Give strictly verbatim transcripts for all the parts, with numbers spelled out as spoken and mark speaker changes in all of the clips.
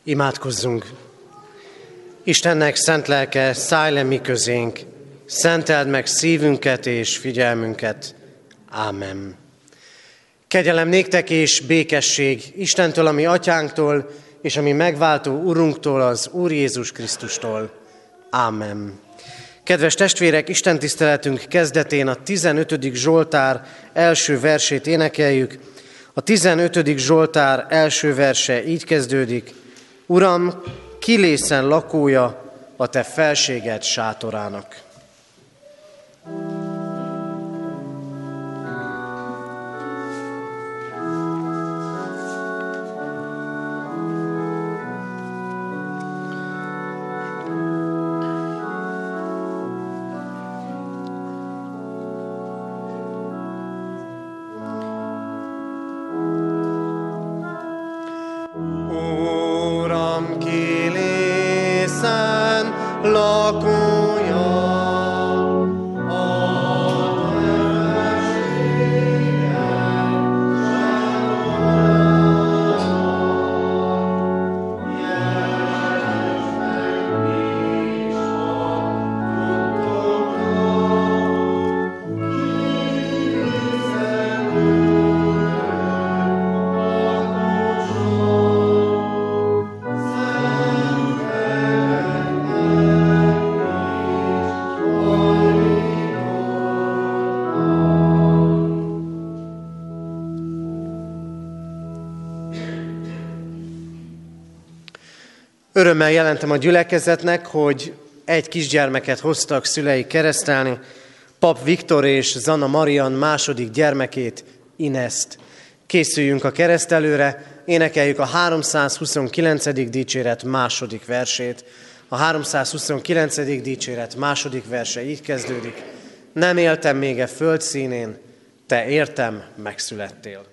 Speaker 1: Imádkozzunk! Istennek szent lelke, szállj le mi közénk, szenteld meg szívünket és figyelmünket. Ámen. Kegyelem néktek és békesség Istentől, a mi atyánktól, és a mi megváltó Urunktól, az Úr Jézus Krisztustól. Ámen. Kedves testvérek, Isten tiszteletünk kezdetén a tizenötödik Zsoltár első versét énekeljük. A tizenötödik Zsoltár első verse így kezdődik: Uram, kilészen lakója a te felséged sátorának. Örömmel jelentem a gyülekezetnek, hogy egy kisgyermeket hoztak szülei keresztelni, Pap Viktor és Zana Marian második gyermekét, Ineszt. Készüljünk a keresztelőre, énekeljük a háromszázhuszonkilencedik dicséret második versét. A háromszázhuszonkilencedik dicséret második verse így kezdődik: Nem éltem még e föld színén, te értem megszülettél.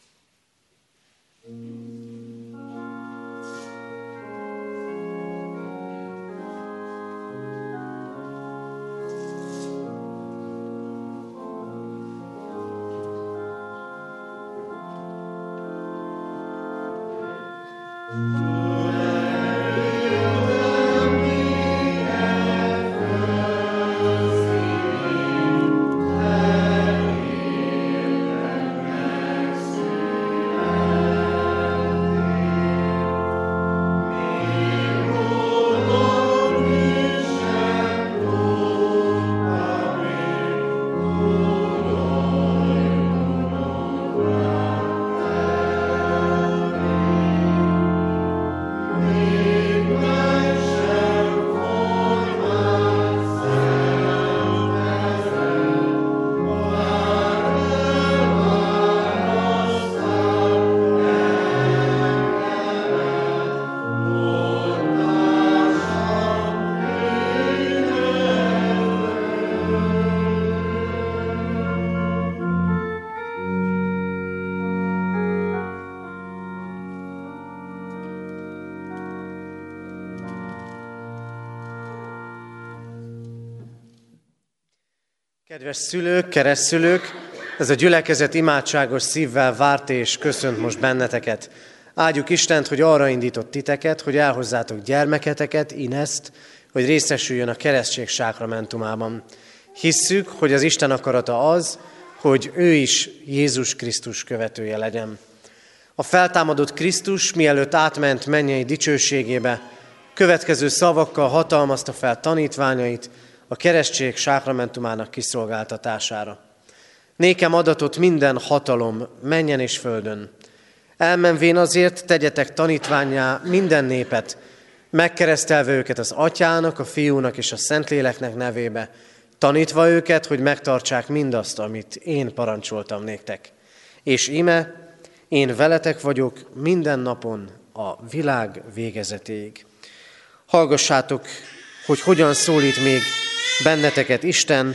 Speaker 1: Kedves szülők, keresztszülők, ez a gyülekezet imádságos szívvel várt és köszönt most benneteket. Áldjuk Istent, hogy arra indított titeket, hogy elhozzátok gyermeketeket, Ineszt, hogy részesüljön a keresztség sákramentumában. Hisszük, hogy az Isten akarata az, hogy ő is Jézus Krisztus követője legyen. A feltámadott Krisztus, mielőtt átment mennyei dicsőségébe, következő szavakkal hatalmazta fel tanítványait a keresztség sákramentumának kiszolgáltatására. Nékem adatot minden hatalom mennyen és földön. Elmenvén azért tegyetek tanítvánnyá minden népet, megkeresztelve őket az Atyának, a Fiúnak és a Szentléleknek nevébe, tanítva őket, hogy megtartsák mindazt, amit én parancsoltam néktek. És íme, én veletek vagyok minden napon a világ végezetéig. Hallgassátok, hogy hogyan szólít még benneteket Isten,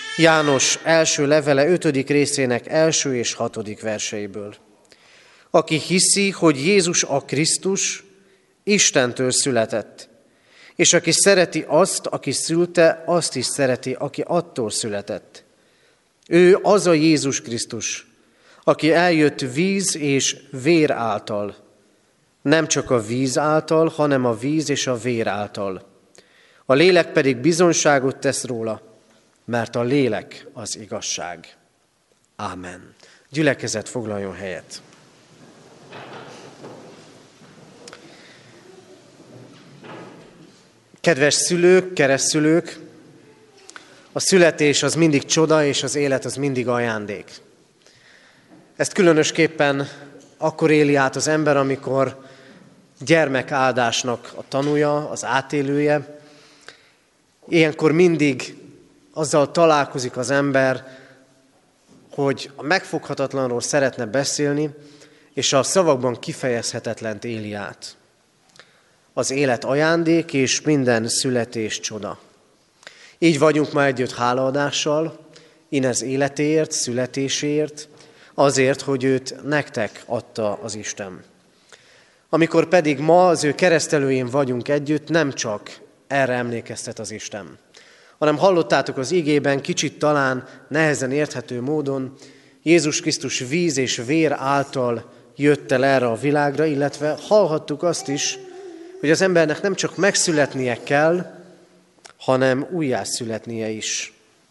Speaker 1: János első levele ötödik részének első és hatodik verseiből. Aki hiszi, hogy Jézus a Krisztus, Istentől született, és aki szereti azt, aki szülte, azt is szereti, aki attól született. Ő az a Jézus Krisztus, aki eljött víz és vér által, nem csak a víz által, hanem a víz és a vér által. A lélek pedig bizonyságot tesz róla, mert a lélek az igazság. Ámen. Gyülekezet, foglaljon helyet. Kedves szülők, keresztszülők, a születés az mindig csoda, és az élet az mindig ajándék. Ezt különösképpen akkor éli át az ember, amikor gyermekáldásnak a tanúja, az átélője. Ilyenkor mindig azzal találkozik az ember, hogy a megfoghatatlanról szeretne beszélni, és a szavakban kifejezhetetlent éli át. Az élet ajándék, és minden születés csoda. Így vagyunk ma együtt hálaadással, Inez életéért, születéséért, azért, hogy őt nektek adta az Isten. Amikor pedig ma az ő keresztelőjén vagyunk együtt, nem csak erre emlékeztet az Isten, hanem hallottátok az igében, kicsit talán nehezen érthető módon, Jézus Krisztus víz és vér által jött el erre a világra, illetve hallhattuk azt is, hogy az embernek nem csak megszületnie kell, hanem újjászületnie is.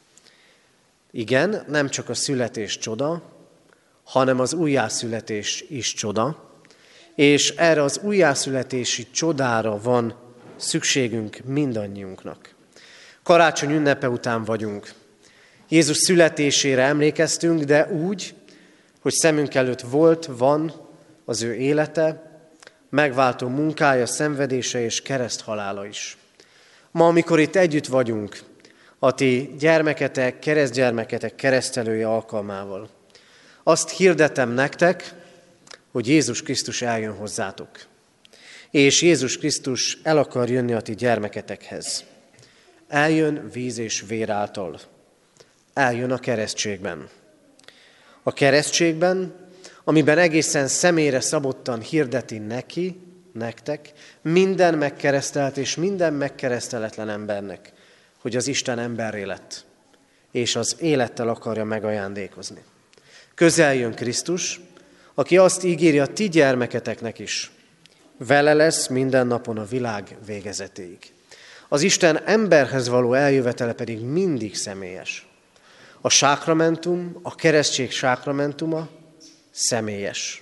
Speaker 1: Igen, nem csak a születés csoda, hanem az újjászületés is csoda, és erre az újjászületési csodára van szükségünk mindannyiunknak. Karácsony ünnepe után vagyunk. Jézus születésére emlékeztünk, de úgy, hogy szemünk előtt volt, van az ő élete, megváltó munkája, szenvedése és kereszthalála is. Ma, amikor itt együtt vagyunk, a ti gyermeketek, keresztgyermeketek keresztelője alkalmával, azt hirdetem nektek, hogy Jézus Krisztus eljön hozzátok. És Jézus Krisztus el akar jönni a ti gyermeketekhez. Eljön víz és vér által. Eljön a keresztségben. A keresztségben, amiben egészen személyre szabottan hirdeti neki, nektek, minden megkeresztelt és minden megkereszteletlen embernek, hogy az Isten emberré lett, és az élettel akarja megajándékozni. Közel jön Krisztus, aki azt ígéri a ti gyermeketeknek is, vele lesz minden napon a világ végezetéig. Az Isten emberhez való eljövetele pedig mindig személyes. A sákramentum, a keresztség sákramentuma személyes.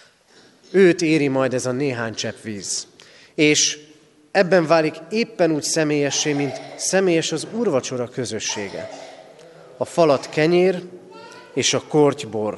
Speaker 1: Őt éri majd ez a néhány csepp víz. És ebben válik éppen úgy személyessé, mint személyes az úrvacsora közössége. A falat kenyér és a korty bor.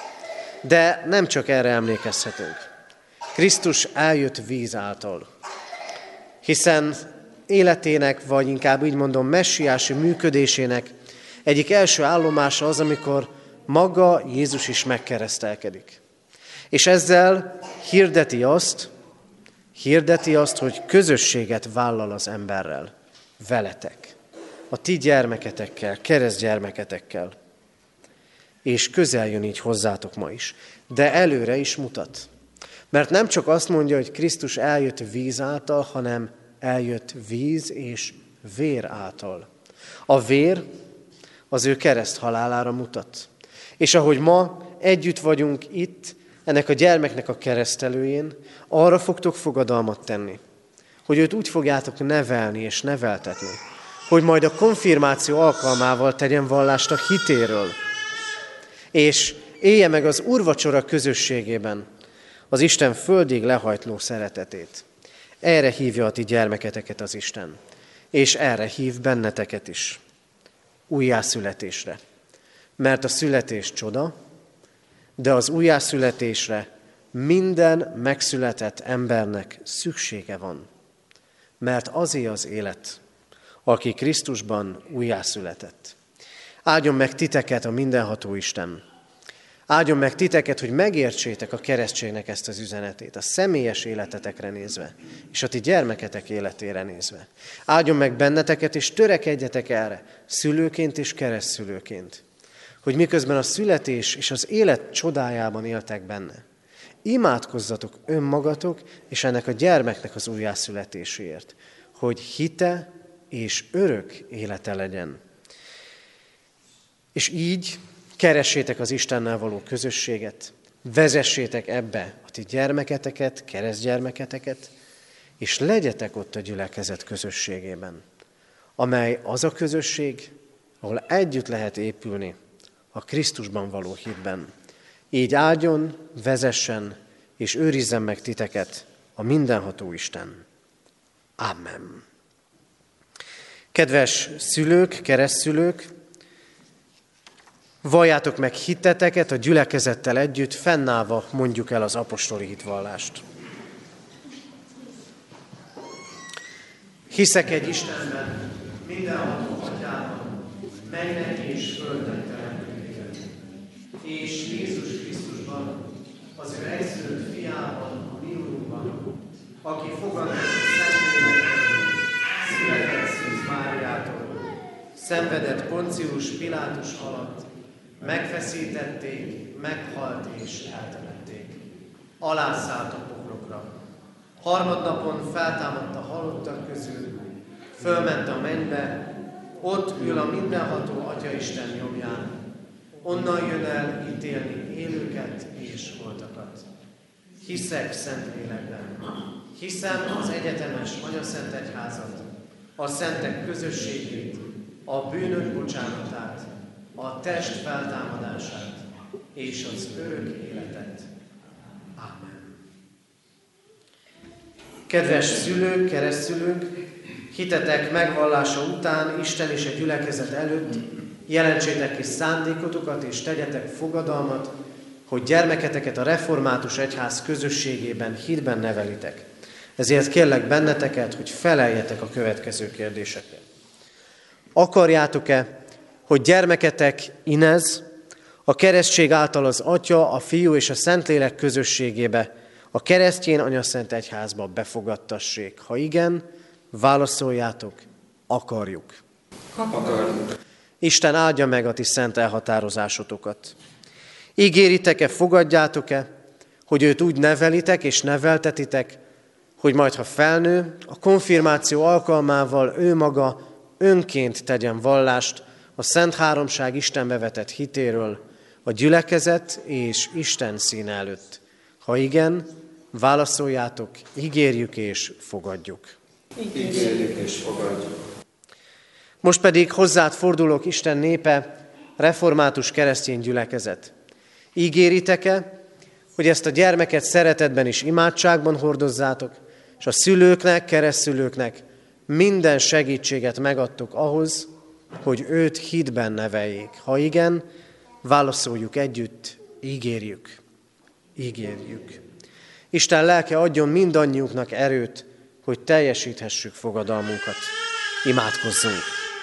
Speaker 1: De nem csak erre emlékezhetünk. Krisztus eljött víz által. Hiszen életének, vagy inkább így mondom, messiási működésének egyik első állomása az, amikor maga Jézus is megkeresztelkedik. És ezzel hirdeti azt, hirdeti azt, hogy közösséget vállal az emberrel, veletek, a ti gyermeketekkel, keresztgyermeketekkel. És közel jön így hozzátok ma is. De előre is mutat. Mert nem csak azt mondja, hogy Krisztus eljött víz által, hanem eljött víz és vér által. A vér az ő kereszt halálára mutat. És ahogy ma együtt vagyunk itt, ennek a gyermeknek a keresztelőjén, arra fogtok fogadalmat tenni, hogy őt úgy fogjátok nevelni és neveltetni, hogy majd a konfirmáció alkalmával tegyen vallást a hitéről, és élje meg az úrvacsora közösségében az Isten földig lehajtló szeretetét. Erre hívja a ti gyermeketeket az Isten, és erre hív benneteket is, újjászületésre. Mert a születés csoda, de az újjászületésre minden megszületett embernek szüksége van. Mert azé az élet, aki Krisztusban újjászületett. Áldjon meg titeket a mindenható Isten. Áldjon meg titeket, hogy megértsétek a keresztségnek ezt az üzenetét, a személyes életetekre nézve, és a ti gyermeketek életére nézve. Áldjon meg benneteket, és törekedjetek erre, szülőként és keresztszülőként, hogy miközben a születés és az élet csodájában éltek benne, imádkozzatok önmagatok és ennek a gyermeknek az újjászületéséért, hogy hite és örök élete legyen. És így keressétek az Istennel való közösséget, vezessétek ebbe a ti gyermeketeket, keresztgyermeketeket, és legyetek ott a gyülekezet közösségében, amely az a közösség, ahol együtt lehet épülni a Krisztusban való hitben. Így áldjon, vezessen és őrizzen meg titeket a mindenható Isten. Amen. Kedves szülők, keresztszülők, valljátok meg hitteteket a gyülekezettel együtt, fennállva mondjuk el az apostoli hitvallást. Hiszek egy Istenben, mindenható Atyában, mennek és földnek teremtőjében, és Jézus Krisztusban, az ő egyszülött fiában, a mi Urunkban, aki fogantatott Szentlélekből, született Szűz Máriától, szenvedett Poncius Pilátus alatt, megfeszítették, meghalt és eltemették. Alászállt a poklokra. Harmadnapon feltámadt a halottak közül, fölment a mennybe, ott ül a mindenható Atyaisten jobbján. Onnan jön el ítélni élőket és holtakat. Hiszek Szentlélekben. Hiszem az egyetemes Anyaszent Egyházat, a szentek közösségét, a bűnök bocsánatát, a test feltámadását és az örök életet. Amen. Kedves szülők, keresztszülők, hitetek megvallása után Isten és a gyülekezet előtt jelentsétek ki szándékotokat és tegyetek fogadalmat, hogy gyermeketeket a református egyház közösségében hitben nevelitek. Ezért kérlek benneteket, hogy feleljetek a következő kérdésekre. Akarjátok-e, hogy gyermeketek Inez a keresztség által az Atya, a Fiú és a Szentlélek közösségébe, a keresztjén Anyaszent Egyházba befogadtassék? Ha igen, válaszoljátok, akarjuk.
Speaker 2: Akarjuk.
Speaker 1: Isten áldja meg a ti szent elhatározásotokat. Ígéritek-e, fogadjátok-e, hogy őt úgy nevelitek és neveltetitek, hogy majd, ha felnő, a konfirmáció alkalmával ő maga önként tegyen vallást a Szent Háromság Istenbe vetett hitéről, a gyülekezet és Isten színe előtt? Ha igen, válaszoljátok, ígérjük és fogadjuk.
Speaker 2: Ígérjük és fogadjuk.
Speaker 1: Most pedig hozzád fordulok, Isten népe, református keresztény gyülekezet. Ígéritek-e, hogy ezt a gyermeket szeretetben és imádságban hordozzátok, és a szülőknek, keresztszülőknek minden segítséget megadtok ahhoz, hogy őt hitben neveljék? Ha igen, válaszoljuk együtt, ígérjük, ígérjük. Isten lelke adjon mindannyiunknak erőt, hogy teljesíthessük fogadalmunkat. Imádkozzunk!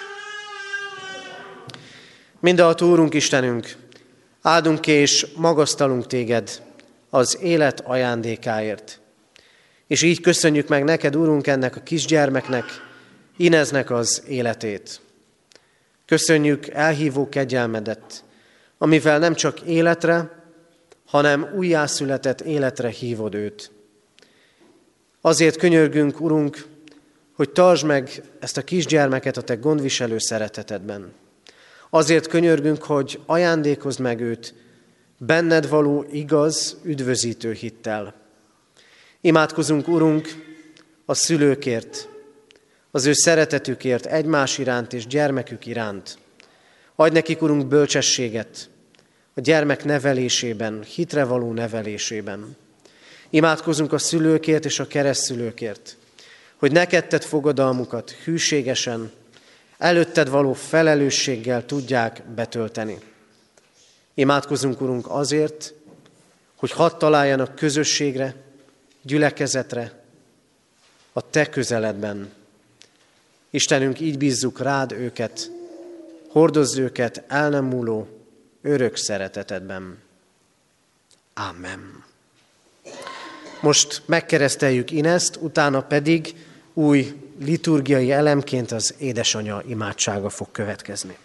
Speaker 1: Mindenható Úrunk, Istenünk, áldunk és magasztalunk téged az élet ajándékáért. És így köszönjük meg neked, Úrunk, ennek a kisgyermeknek, Ineznek az életét. Köszönjük elhívó kegyelmedet, amivel nem csak életre, hanem újjászületett életre hívod őt. Azért könyörgünk, Urunk, hogy tartsd meg ezt a kisgyermeket a te gondviselő szeretetedben. Azért könyörgünk, hogy ajándékozd meg őt benned való igaz, üdvözítő hittel. Imádkozunk, Urunk, a szülőkért, az ő szeretetükért, egymás iránt és gyermekük iránt. Adj nekik, Urunk, bölcsességet a gyermek nevelésében, hitre való nevelésében. Imádkozunk a szülőkért és a keresztszülőkért, hogy neked tett fogadalmukat hűségesen, előtted való felelősséggel tudják betölteni. Imádkozunk, Urunk, azért, hogy hadd találjanak közösségre, gyülekezetre, a te közeledben. Istenünk, így bízzuk rád őket, hordozz őket el nem múló, örök szeretetedben. Amen. Most megkereszteljük Inezt, utána pedig új liturgiai elemként az édesanyja imádsága fog következni.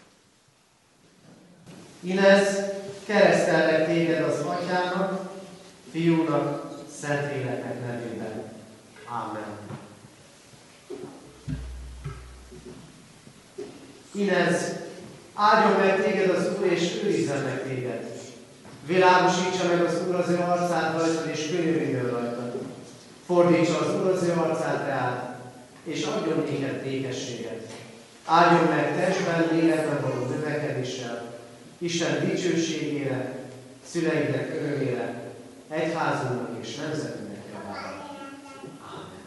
Speaker 1: Inez, keresztellek téged az Atyának, Fiúnak, Szentléleknek nevében. Amen. Inez, áldjon meg téged az Úr, és őrizzen meg téged. Világosítsa meg az Úr az ő arcát rajtad, és könyörüljön rajtad. Fordítsa az Úr az ő arcát reád, és adjon néked békességet. Áldjon meg testben, lélekben való növekedéssel, Isten dicsőségére, szüleidnek örömére, egyházunknak és nemzetünknek javára. Ámen.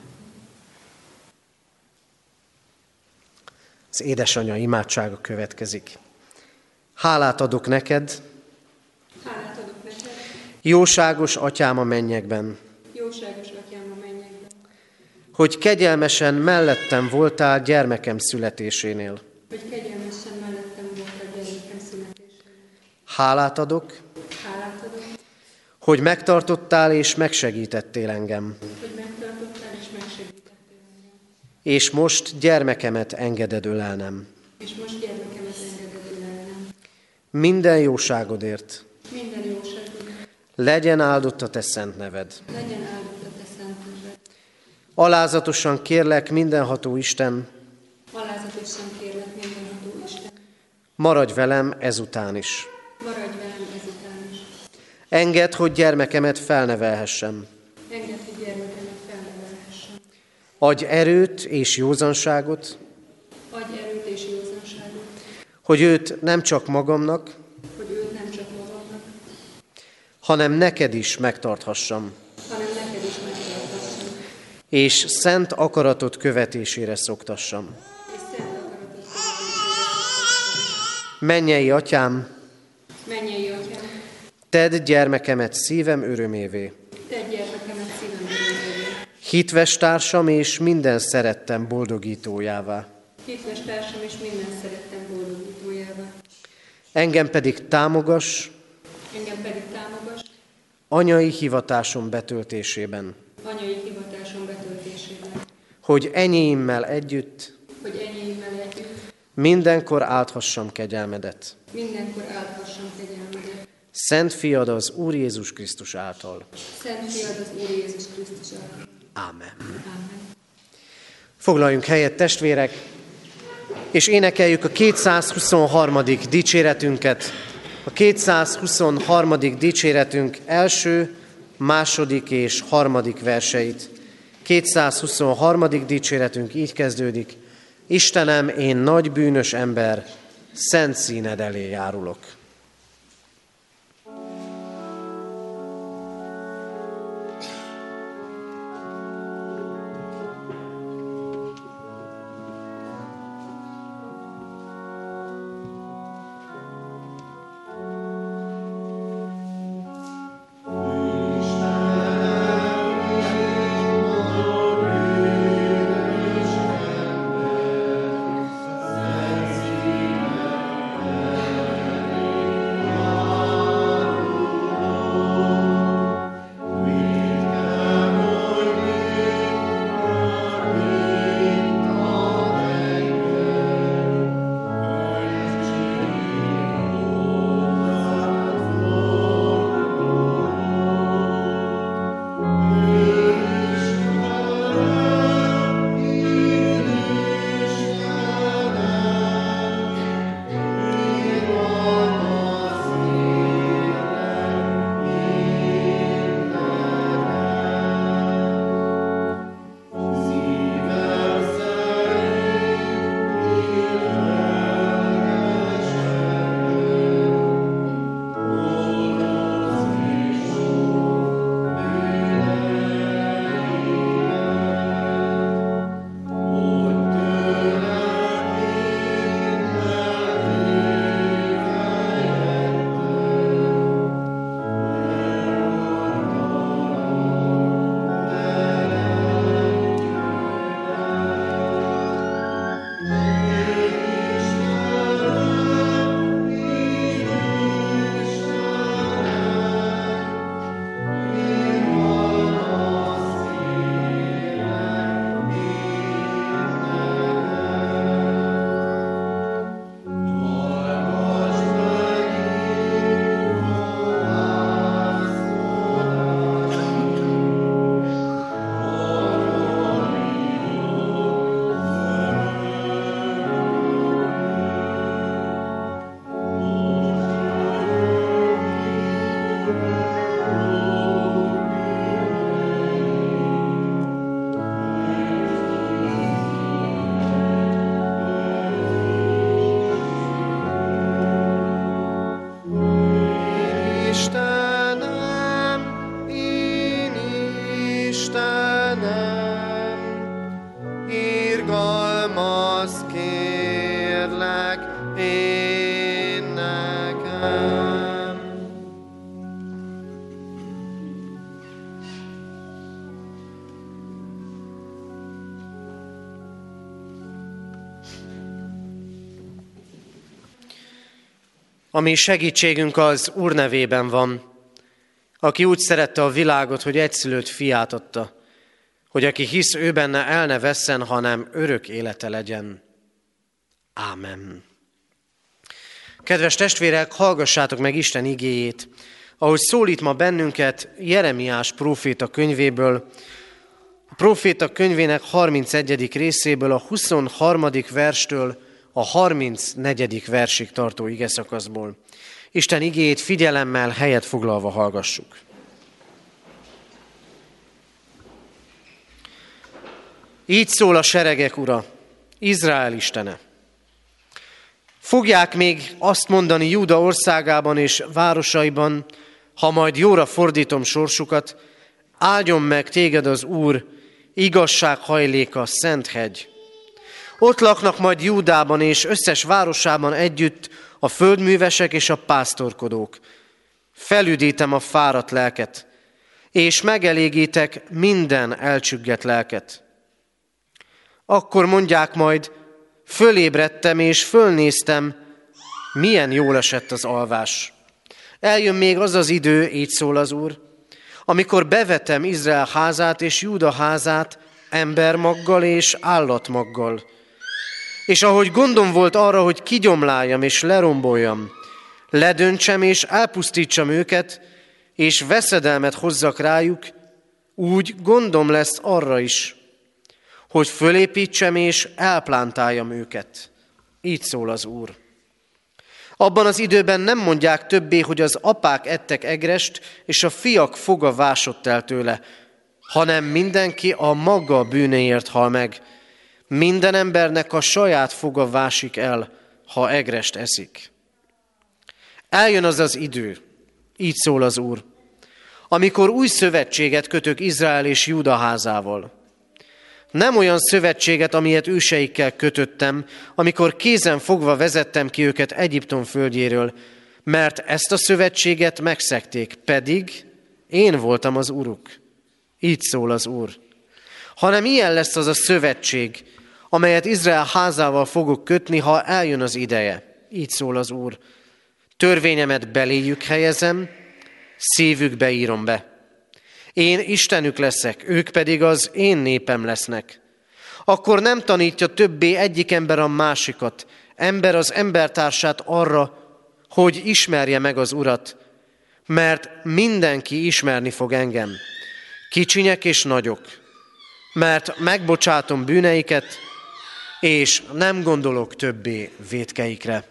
Speaker 1: Az édesanyja imádsága következik. Hálát adok neked,
Speaker 3: Hálát adok neked,
Speaker 1: jóságos atyám a mennyekben,
Speaker 3: jóságos atyám a mennyekben,
Speaker 1: hogy kegyelmesen mellettem voltál gyermekem születésénél.
Speaker 3: hogy kegyelmesen mellettem voltál gyermekem születésénél.
Speaker 1: Hálát adok,
Speaker 3: Hálát adok,
Speaker 1: hogy megtartottál és megsegítettél engem,
Speaker 3: hogy megtartottál és megsegítettél engem,
Speaker 1: és most gyermekemet engeded ölelnem.
Speaker 3: és most gyermekemet engeded ölelnem.
Speaker 1: Minden jóságodért
Speaker 3: Minden jóságot
Speaker 1: legyen áldott a te szent neved.
Speaker 3: legyen áldott a te szent neved.
Speaker 1: Alázatosan kérlek, mindenható Isten,
Speaker 3: Alázatosan kérlek mindenható Isten,
Speaker 1: maradj velem ezután is.
Speaker 3: maradj velem ezután is.
Speaker 1: Engedd, hogy gyermekemet felnevelhessem.
Speaker 3: Engedd, hogy gyermekemet felnevelhessem.
Speaker 1: Adj erőt és józanságot,
Speaker 3: Adj erőt és józanságot,
Speaker 1: hogy őt nem csak magamnak,
Speaker 3: hogy őt nem csak magamnak,
Speaker 1: hanem neked is megtarthassam,
Speaker 3: hanem neked is megtartassam,
Speaker 1: és szent akaratot követésére szoktassam.
Speaker 3: és szent akaratot követésére szoktassam.
Speaker 1: Mennyei atyám,
Speaker 3: Mennyei atyám,
Speaker 1: tedd gyermekemet szívem örömévé.
Speaker 3: Tedd gyermekemet szívem örömévé.
Speaker 1: Hitves társam és minden szerettem boldogítójává.
Speaker 3: Hitves társam és minden szerettem boldogítójává.
Speaker 1: Engem pedig támogass
Speaker 3: Engem pedig támogass
Speaker 1: anyai hivatásom betöltésében,
Speaker 3: anyai hivatásom betöltésében,
Speaker 1: hogy enyéimmel együtt
Speaker 3: hogy enyémmel együtt
Speaker 1: mindenkor áldhassam kegyelmedet.
Speaker 3: mindenkor áldhassam kegyelmedet.
Speaker 1: Szent fiad az Úr Jézus Krisztus által.
Speaker 3: Szent fiad az Úr Jézus Krisztus által.
Speaker 1: Ámen.
Speaker 3: Ámen.
Speaker 1: Foglaljunk helyet, testvérek, és énekeljük a kétszázhuszonharmadik dicséretünket. A kétszázhuszonharmadik dicséretünk első, második és harmadik verseit. kétszázhuszonharmadik dicséretünk így kezdődik. Istenem, én nagy bűnös ember, szent színed elé járulok.
Speaker 2: Amen.
Speaker 1: ami segítségünk az Úr nevében van, aki úgy szerette a világot, hogy egyszülött fiát adta, hogy aki hisz ő benne, el ne vesszen, hanem örök élete legyen. Ámen. Kedves testvérek, hallgassátok meg Isten igéjét, ahogy szólít ma bennünket Jeremiás próféta könyvéből, a próféta könyvének harmincegyedik részéből, a huszonharmadik verstől a harmincnegyedik versig tartó igeszakaszból. Isten igéjét figyelemmel, helyet foglalva hallgassuk. Így szól a seregek Ura, Izrael Istene. Fogják még azt mondani Júda országában és városaiban, ha majd jóra fordítom sorsukat, áldjon meg téged az Úr, igazság hajléka, szent hegy. Ott laknak majd Júdában és összes városában együtt a földművesek és a pásztorkodók. Felüdítem a fáradt lelket, és megelégítek minden elcsüggett lelket. Akkor mondják majd, fölébredtem és fölnéztem, milyen jól esett az alvás. Eljön még az az idő, így szól az Úr, amikor bevetem Izrael házát és Júda házát embermaggal és állatmaggal. És ahogy gondom volt arra, hogy kigyomláljam és leromboljam, ledöntsem és elpusztítsam őket, és veszedelmet hozzak rájuk, úgy gondom lesz arra is, hogy fölépítsem és elplántáljam őket. Így szól az Úr. Abban az időben nem mondják többé, hogy az apák ettek egrest, és a fiak foga vásott el tőle, hanem mindenki a maga bűnéért hal meg. Minden embernek a saját foga vásik el, ha egrest eszik. Eljön az az idő, így szól az Úr, amikor új szövetséget kötök Izrael és Júda házával. Nem olyan szövetséget, amilyet őseikkel kötöttem, amikor kézen fogva vezettem ki őket Egyiptom földjéről, mert ezt a szövetséget megszegték, pedig én voltam az Uruk. Így szól az Úr. Hanem ilyen lesz az a szövetség, amelyet Izrael házával fogok kötni, ha eljön az ideje. Így szól az Úr. Törvényemet beléjük helyezem, szívükbe írom be. Én Istenük leszek, ők pedig az én népem lesznek. Akkor nem tanítja többé egyik ember a másikat, ember az embertársát arra, hogy ismerje meg az Urat, mert mindenki ismerni fog engem, kicsinyek és nagyok, mert megbocsátom bűneiket, és nem gondolok többé vétkeikre.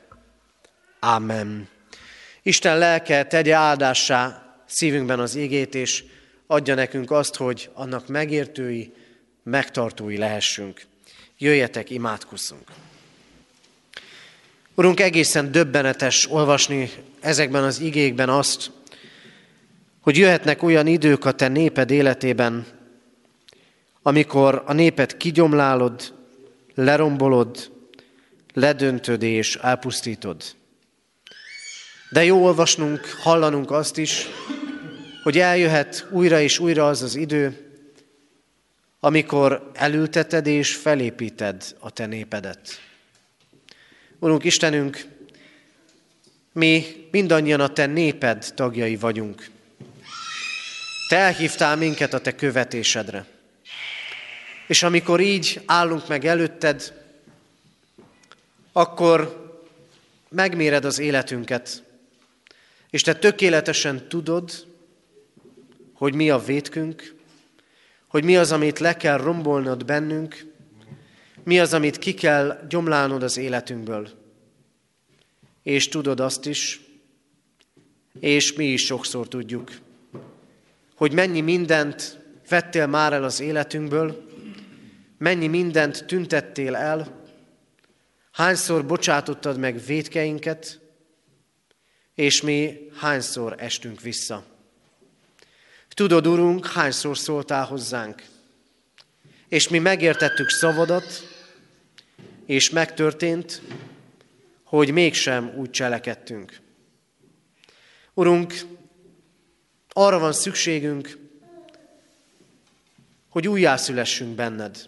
Speaker 1: Ámen. Isten lelke tegye áldássá szívünkben az igét, és adja nekünk azt, hogy annak megértői, megtartói lehessünk. Jöjjetek, imádkozzunk. Urunk, egészen döbbenetes olvasni ezekben az igékben azt, hogy jöhetnek olyan idők a te néped életében, amikor a népet kigyomlálod, lerombolod, ledöntöd és elpusztítod. De jó olvasnunk, hallanunk azt is, hogy eljöhet újra és újra az az idő, amikor elülteted és felépíted a te népedet. Urunk Istenünk, mi mindannyian a te néped tagjai vagyunk. Te elhívtál minket a te követésedre. És amikor így állunk meg előtted, akkor megméred az életünket, és te tökéletesen tudod, hogy mi a vétkünk, hogy mi az, amit le kell rombolnod bennünk, mi az, amit ki kell gyomlálnod az életünkből. És tudod azt is, és mi is sokszor tudjuk, hogy mennyi mindent vettél már el az életünkből, mennyi mindent tüntettél el, hányszor bocsátottad meg vétkeinket, és mi hányszor estünk vissza. Tudod, Urunk, hányszor szóltál hozzánk, és mi megértettük szavadat, és megtörtént, hogy mégsem úgy cselekedtünk. Urunk, arra van szükségünk, hogy újjászülessünk benned.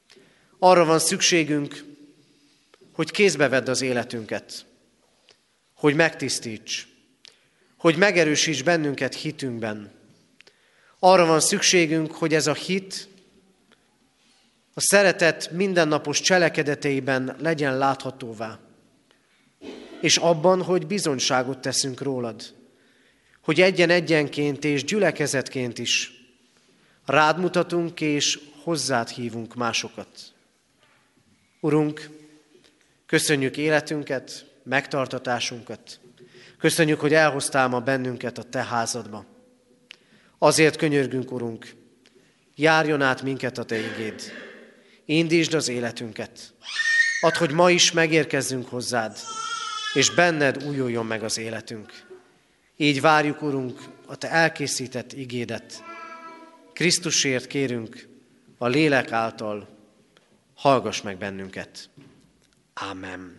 Speaker 1: Arra van szükségünk, hogy kézbe vedd az életünket. hogy megtisztíts, hogy megerősíts bennünket hitünkben. Arra van szükségünk, hogy ez a hit a szeretet mindennapos cselekedeteiben legyen láthatóvá, és abban, hogy bizonyságot teszünk rólad, hogy egyen-egyenként és gyülekezetként is rád mutatunk és hozzád hívunk másokat. Urunk, köszönjük életünket, megtartatásunkat. Köszönjük, hogy elhoztál ma bennünket a te házadba. Azért könyörgünk, Urunk, járjon át minket a te igéd. Indítsd az életünket. Add, hogy ma is megérkezzünk hozzád, és benned újuljon meg az életünk. Így várjuk, Urunk, a te elkészített igédet. Krisztusért kérünk, a lélek által hallgass meg bennünket. Ámen.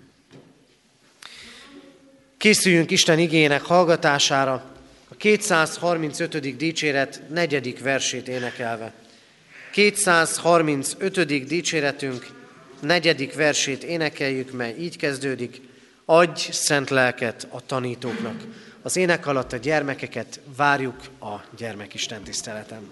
Speaker 1: Készüljünk Isten igének hallgatására, a kétszázharmincötödik dicséret negyedik versét énekelve. kétszázharmincötödik dicséretünk negyedik versét énekeljük, mely így kezdődik: adj szent lelket a tanítóknak. Az ének alatt a gyermekeket várjuk a gyermekisten tiszteleten.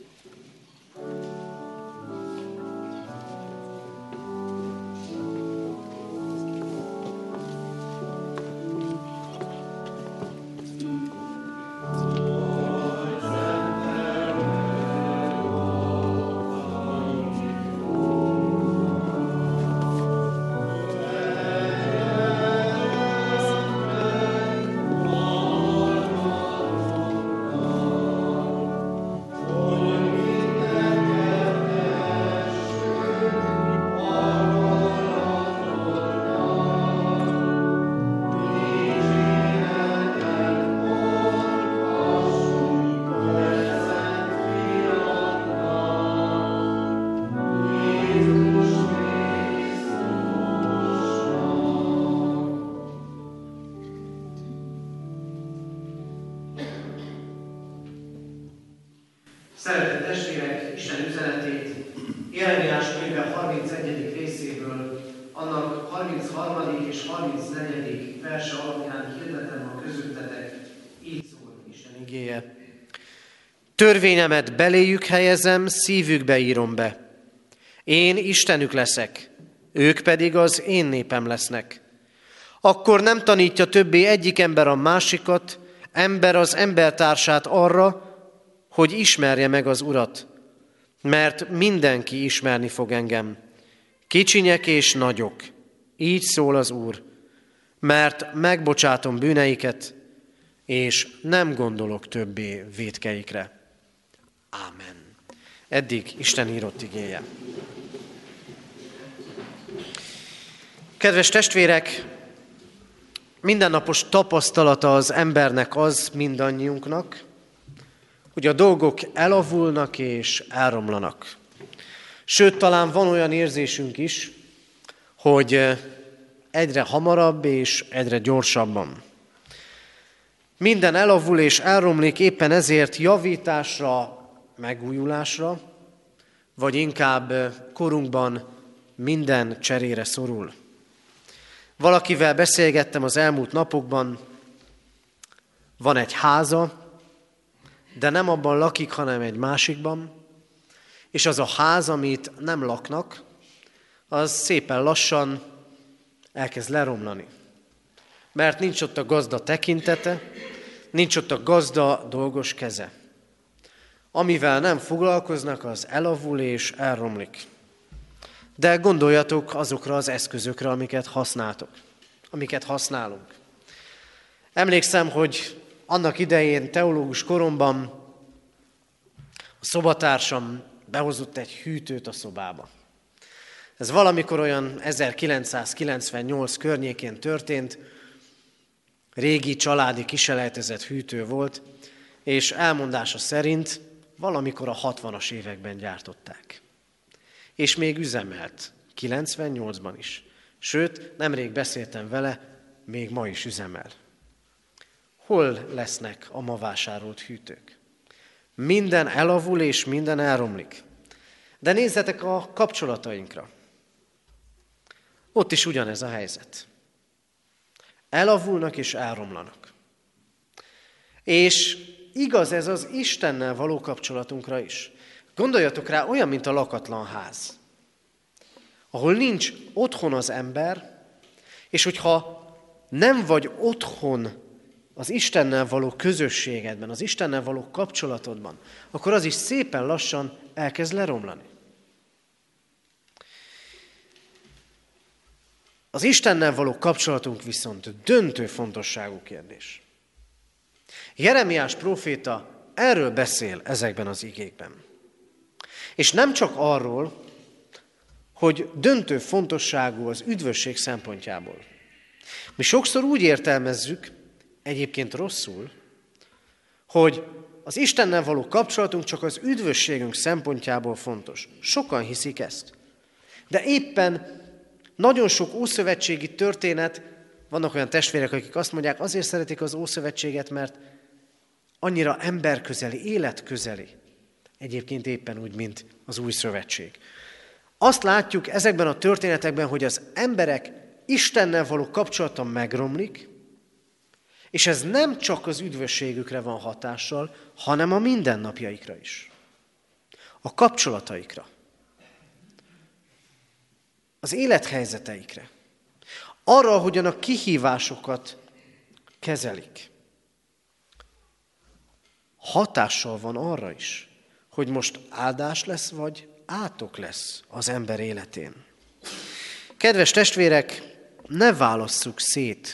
Speaker 1: Szeretett testvérek, Isten üzenetét Jeremiás könyve harmincegyedik részéből, annak harmincharmadik és harmincnegyedik verse alapján hirdetem a közöttetek, így szól Isten igéje. Törvényemet beléjük helyezem, szívükbe írom be. Én Istenük leszek, ők pedig az én népem lesznek. Akkor nem tanítja többé egyik ember a másikat, ember az embertársát arra, hogy ismerje meg az Urat, mert mindenki ismerni fog engem, kicsinyek és nagyok, így szól az Úr, mert megbocsátom bűneiket, és nem gondolok többé vétkeikre. Ámen. Eddig Isten írott igéje. Kedves testvérek, mindennapos tapasztalata az embernek az, mindannyiunknak, hogy a dolgok elavulnak és elromlanak. Sőt, talán van olyan érzésünk is, hogy egyre hamarabb és egyre gyorsabban. Minden elavul és elromlik, éppen ezért javításra, megújulásra, vagy inkább korunkban minden cserére szorul. Valakivel beszélgettem az elmúlt napokban, van egy háza, de nem abban lakik, hanem egy másikban, és az a ház, amit nem laknak, az szépen lassan elkezd leromlani. Mert nincs ott a gazda tekintete, nincs ott a gazda dolgos keze. Amivel nem foglalkoznak, az elavul és elromlik. De gondoljatok azokra az eszközökre, amiket használtok, amiket használunk. Emlékszem, hogy annak idején, teológus koromban a szobatársam behozott egy hűtőt a szobába. Ez valamikor olyan ezerkilencszázkilencvennyolc környékén történt, régi családi kiselejtezett hűtő volt, és elmondása szerint valamikor a hatvanas években gyártották. És még üzemelt, kilencvennyolcban is. Sőt, nemrég beszéltem vele, még ma is üzemel. Hol lesznek a ma vásárolt hűtők? Minden elavul és minden elromlik. De nézzetek a kapcsolatainkra. Ott is ugyanez a helyzet. elavulnak és elromlanak. És igaz ez az Istennel való kapcsolatunkra is. Gondoljatok rá, olyan, mint a lakatlan ház, ahol nincs otthon az ember, és hogyha nem vagy otthon az Istennel való közösségedben, az Istennel való kapcsolatodban, akkor az is szépen lassan elkezd leromlani. Az Istennel való kapcsolatunk viszont döntő fontosságú kérdés. Jeremiás próféta erről beszél ezekben az igékben. És nem csak arról, hogy döntő fontosságú az üdvösség szempontjából. Mi sokszor úgy értelmezzük, egyébként rosszul, hogy az Istennel való kapcsolatunk csak az üdvösségünk szempontjából fontos. Sokan hiszik ezt. De éppen nagyon sok ószövetségi történet, vannak olyan testvérek, akik azt mondják, azért szeretik az Ószövetséget, mert annyira emberközeli, életközeli. Egyébként éppen úgy, mint az Új Szövetség. Azt látjuk ezekben a történetekben, hogy az emberek Istennel való kapcsolata megromlik, és ez nem csak az üdvösségükre van hatással, hanem a mindennapjaikra is. A kapcsolataikra. Az élethelyzeteikre. Arra, ahogyan a kihívásokat kezelik. Hatással van arra is, hogy most áldás lesz, vagy átok lesz az ember életén. Kedves testvérek, ne válasszuk szét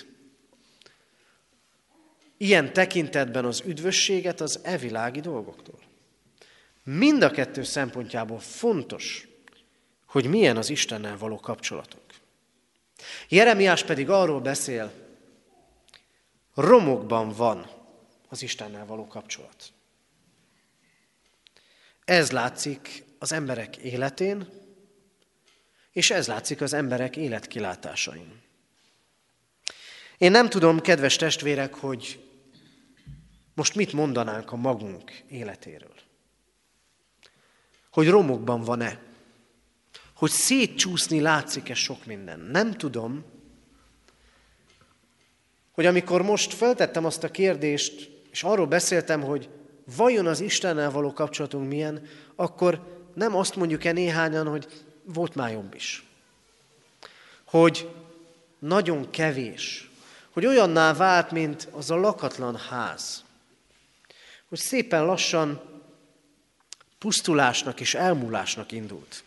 Speaker 1: ilyen tekintetben az üdvösséget az evilági dolgoktól. Mind a kettő szempontjából fontos, hogy milyen az Istennel való kapcsolatunk. Jeremiás pedig arról beszél, romokban van az Istennel való kapcsolat. Ez látszik az emberek életén, és ez látszik az emberek életkilátásain. Én nem tudom, kedves testvérek, hogy most mit mondanánk a magunk életéről. Hogy romokban van-e? Hogy szétcsúszni látszik-e sok minden? Nem tudom, hogy amikor most feltettem azt a kérdést, és arról beszéltem, hogy vajon az Istennel való kapcsolatunk milyen, akkor nem azt mondjuk-e néhányan, hogy volt már jobb is. Hogy nagyon kevés. Hogy olyanná vált, mint az a lakatlan ház. Hogy szépen lassan pusztulásnak és elmúlásnak indult.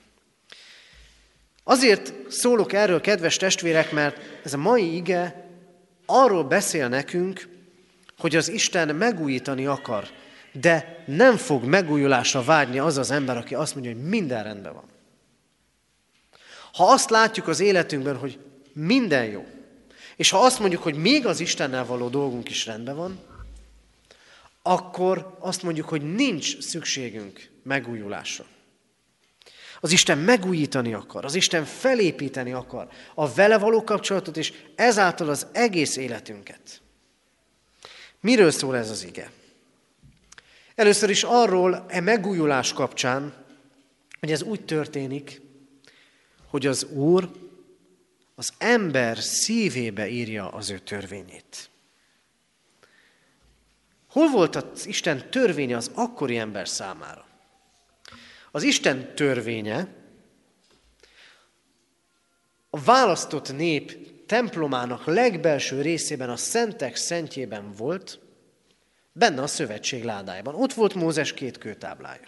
Speaker 1: Azért szólok erről, kedves testvérek, mert ez a mai ige arról beszél nekünk, hogy az Isten megújítani akar, de nem fog megújulásra vágyni az az ember, aki azt mondja, hogy minden rendben van. Ha azt látjuk az életünkben, hogy minden jó, és ha azt mondjuk, hogy még az Istennel való dolgunk is rendben van, akkor azt mondjuk, hogy nincs szükségünk megújulásra. Az Isten megújítani akar, az Isten felépíteni akar a vele való kapcsolatot, és ezáltal az egész életünket. Miről szól ez az ige? Először is arról, e megújulás kapcsán, hogy ez úgy történik, hogy az Úr az ember szívébe írja az ő törvényét. Hol volt az Isten törvénye az akkori ember számára? Az Isten törvénye a választott nép templomának legbelső részében, a szentek szentjében volt, benne a szövetség ládájában. Ott volt Mózes két kőtáblája.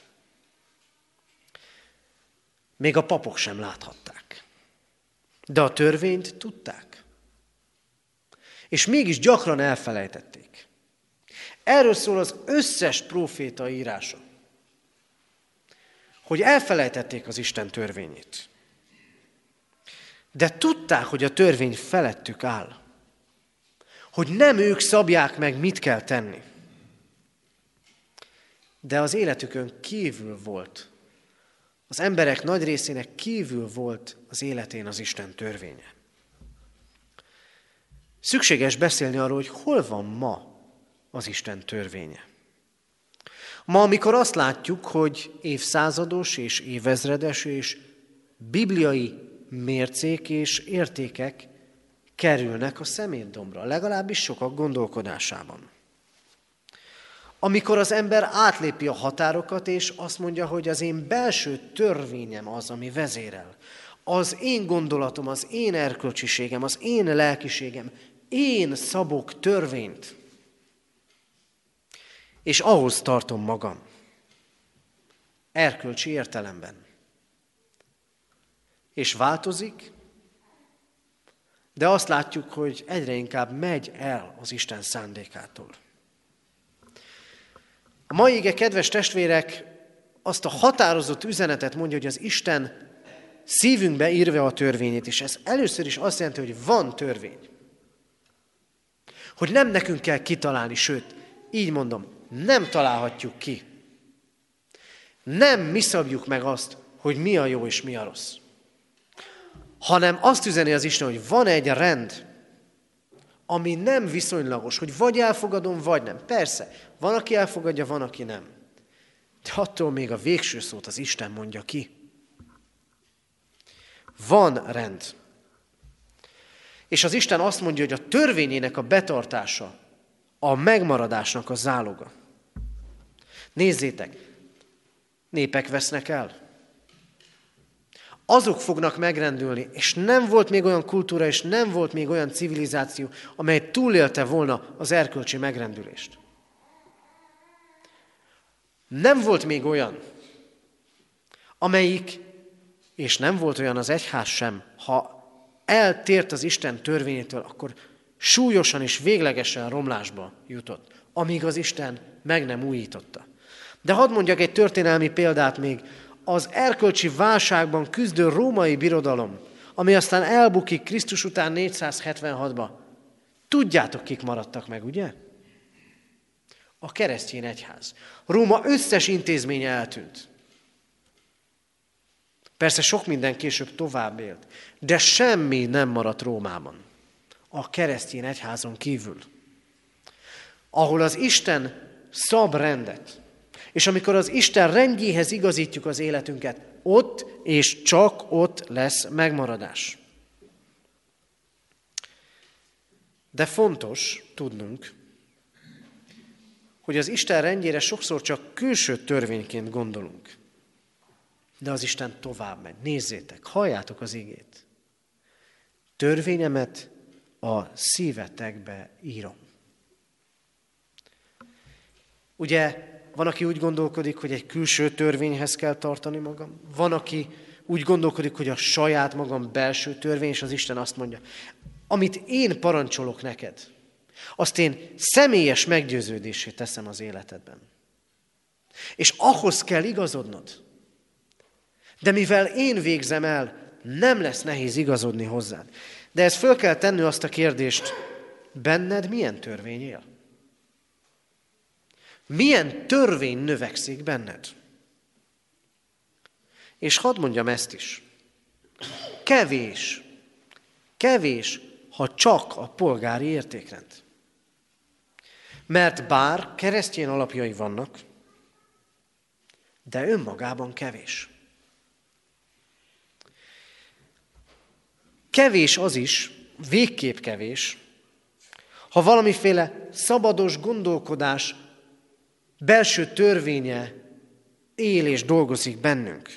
Speaker 1: Még a papok sem láthatták. De a törvényt tudták. És mégis gyakran elfelejtették. Erről szól az összes próféta írása. Hogy elfelejtették az Isten törvényét. De tudták, hogy a törvény felettük áll. Hogy nem ők szabják meg, mit kell tenni. De az életükön kívül volt, az emberek nagy részének kívül volt az életén az Isten törvénye. Szükséges beszélni arról, hogy hol van ma az Isten törvénye. Ma, amikor azt látjuk, hogy évszázados és évezredes és bibliai mércék és értékek kerülnek a szemétdombra, legalábbis sokak gondolkodásában. Amikor az ember átlépi a határokat, és azt mondja, hogy az én belső törvényem az, ami vezérel. Az én gondolatom, az én erkölcsiségem, az én lelkiségem, én szabok törvényt. És ahhoz tartom magam. Erkölcsi értelemben. És változik, de azt látjuk, hogy egyre inkább megy el az Isten szándékától. A mai ige, kedves testvérek, azt a határozott üzenetet mondja, hogy az Isten szívünkbe írva a törvényét, és ez először is azt jelenti, hogy van törvény. Hogy nem nekünk kell kitalálni, sőt, így mondom, nem találhatjuk ki. Nem mi szabjuk meg azt, hogy mi a jó és mi a rossz. Hanem azt üzeni az Isten, hogy van egy rend, ami nem viszonylagos, hogy vagy elfogadom, vagy nem. Persze, van, aki elfogadja, van, aki nem. De attól még a végső szót az Isten mondja ki. Van rend. És az Isten azt mondja, hogy a törvényének a betartása a megmaradásnak a záloga. Nézzétek, népek vesznek el. Azok fognak megrendülni, és nem volt még olyan kultúra, és nem volt még olyan civilizáció, amely túlélte volna az erkölcsi megrendülést. Nem volt még olyan, amelyik, és nem volt olyan az egyház sem, ha eltért az Isten törvényétől, akkor súlyosan és véglegesen romlásba jutott, amíg az Isten meg nem újította. De hadd mondjak egy történelmi példát még, az erkölcsi válságban küzdő római birodalom, ami aztán elbukik Krisztus után négyszázhetvenhatban. Tudjátok, kik maradtak meg, ugye? A keresztény egyház. Róma összes intézménye eltűnt. Persze sok minden később tovább élt, de semmi nem maradt Rómában, a keresztény egyházon kívül. Ahol az Isten szab rendet, és amikor az Isten rendjéhez igazítjuk az életünket, ott és csak ott lesz megmaradás. De fontos tudnunk, hogy az Isten rendjére sokszor csak külső törvényként gondolunk. De az Isten tovább megy. Nézzétek, halljátok az igét. Törvényemet a szívetekbe írom. Ugye van, aki úgy gondolkodik, hogy egy külső törvényhez kell tartani magam. Van, aki úgy gondolkodik, hogy a saját magam belső törvény, és az Isten azt mondja, amit én parancsolok neked, azt én személyes meggyőződésé teszem az életedben. És ahhoz kell igazodnod. De mivel én végzem el, nem lesz nehéz igazodni hozzád. De ez föl kell tenni azt a kérdést, benned milyen törvény él? Milyen törvény növekszik benned? És hadd mondjam ezt is. Kevés, kevés, ha csak a polgári értékrend. Mert bár keresztény alapjai vannak, de önmagában kevés. Kevés az is, végképp kevés, ha valamiféle szabados gondolkodás belső törvénye él és dolgozik bennünk.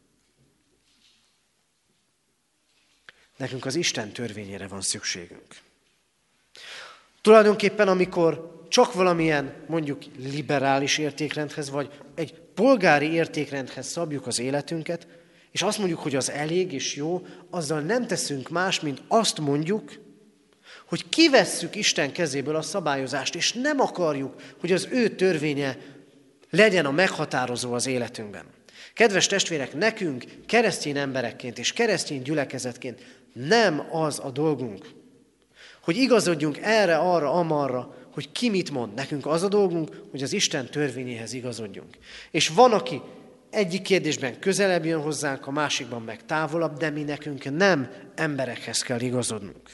Speaker 1: Nekünk az Isten törvényére van szükségünk. Tulajdonképpen, amikor csak valamilyen, mondjuk liberális értékrendhez, vagy egy polgári értékrendhez szabjuk az életünket, és azt mondjuk, hogy az elég és jó, azzal nem teszünk más, mint azt mondjuk, hogy kivesszük Isten kezéből a szabályozást, és nem akarjuk, hogy az ő törvénye legyen a meghatározó az életünkben. Kedves testvérek, nekünk keresztény emberekként és keresztény gyülekezetként nem az a dolgunk, hogy igazodjunk erre, arra, amarra, hogy ki mit mond. Nekünk az a dolgunk, hogy az Isten törvényéhez igazodjunk. És van, aki egyik kérdésben közelebb jön hozzánk, a másikban meg távolabb, de mi nekünk nem emberekhez kell igazodnunk.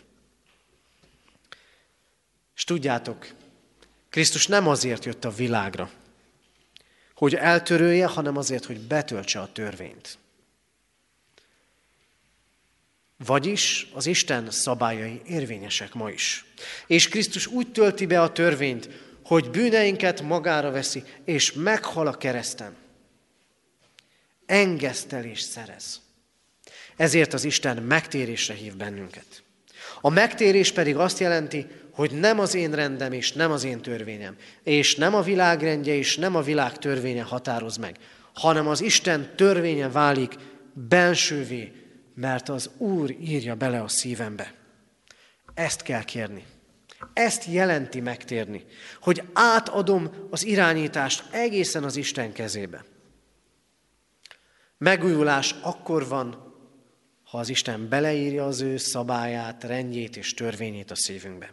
Speaker 1: És tudjátok, Krisztus nem azért jött a világra, hogy eltörölje, hanem azért, hogy betöltse a törvényt. Vagyis az Isten szabályai érvényesek ma is. És Krisztus úgy tölti be a törvényt, hogy bűneinket magára veszi, és meghal a kereszten. Engesztelést szerez. Ezért az Isten megtérésre hív bennünket. A megtérés pedig azt jelenti, hogy nem az én rendem és nem az én törvényem, és nem a világ rendje és nem a világ törvénye határoz meg, hanem az Isten törvénye válik bensővé, mert az Úr írja bele a szívembe. Ezt kell kérni. Ezt jelenti megtérni, hogy átadom az irányítást egészen az Isten kezébe. Megújulás akkor van, ha az Isten beleírja az ő szabályát, rendjét és törvényét a szívünkbe.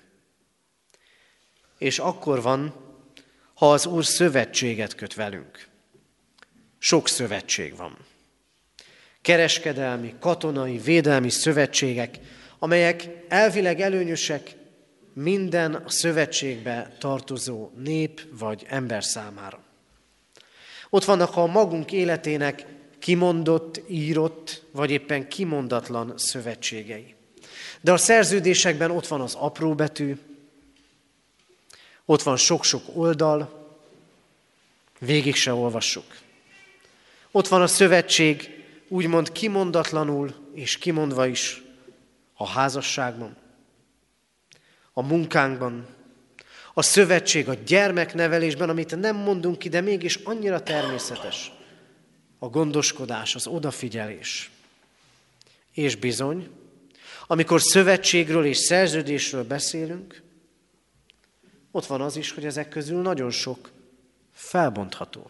Speaker 1: És akkor van, ha az Úr szövetséget köt velünk. Sok szövetség van. Kereskedelmi, katonai, védelmi szövetségek, amelyek elvileg előnyösek minden a szövetségbe tartozó nép vagy ember számára. Ott vannak a magunk életének kimondott, írott, vagy éppen kimondatlan szövetségei. De a szerződésekben ott van az apró betű, ott van sok-sok oldal, végig se olvassuk. Ott van a szövetség, úgymond kimondatlanul és kimondva is a házasságban, a munkánkban, a szövetség a gyermeknevelésben, amit nem mondunk ki, de mégis annyira természetes. A gondoskodás, az odafigyelés. És bizony, amikor szövetségről és szerződésről beszélünk, ott van az is, hogy ezek közül nagyon sok felbontható.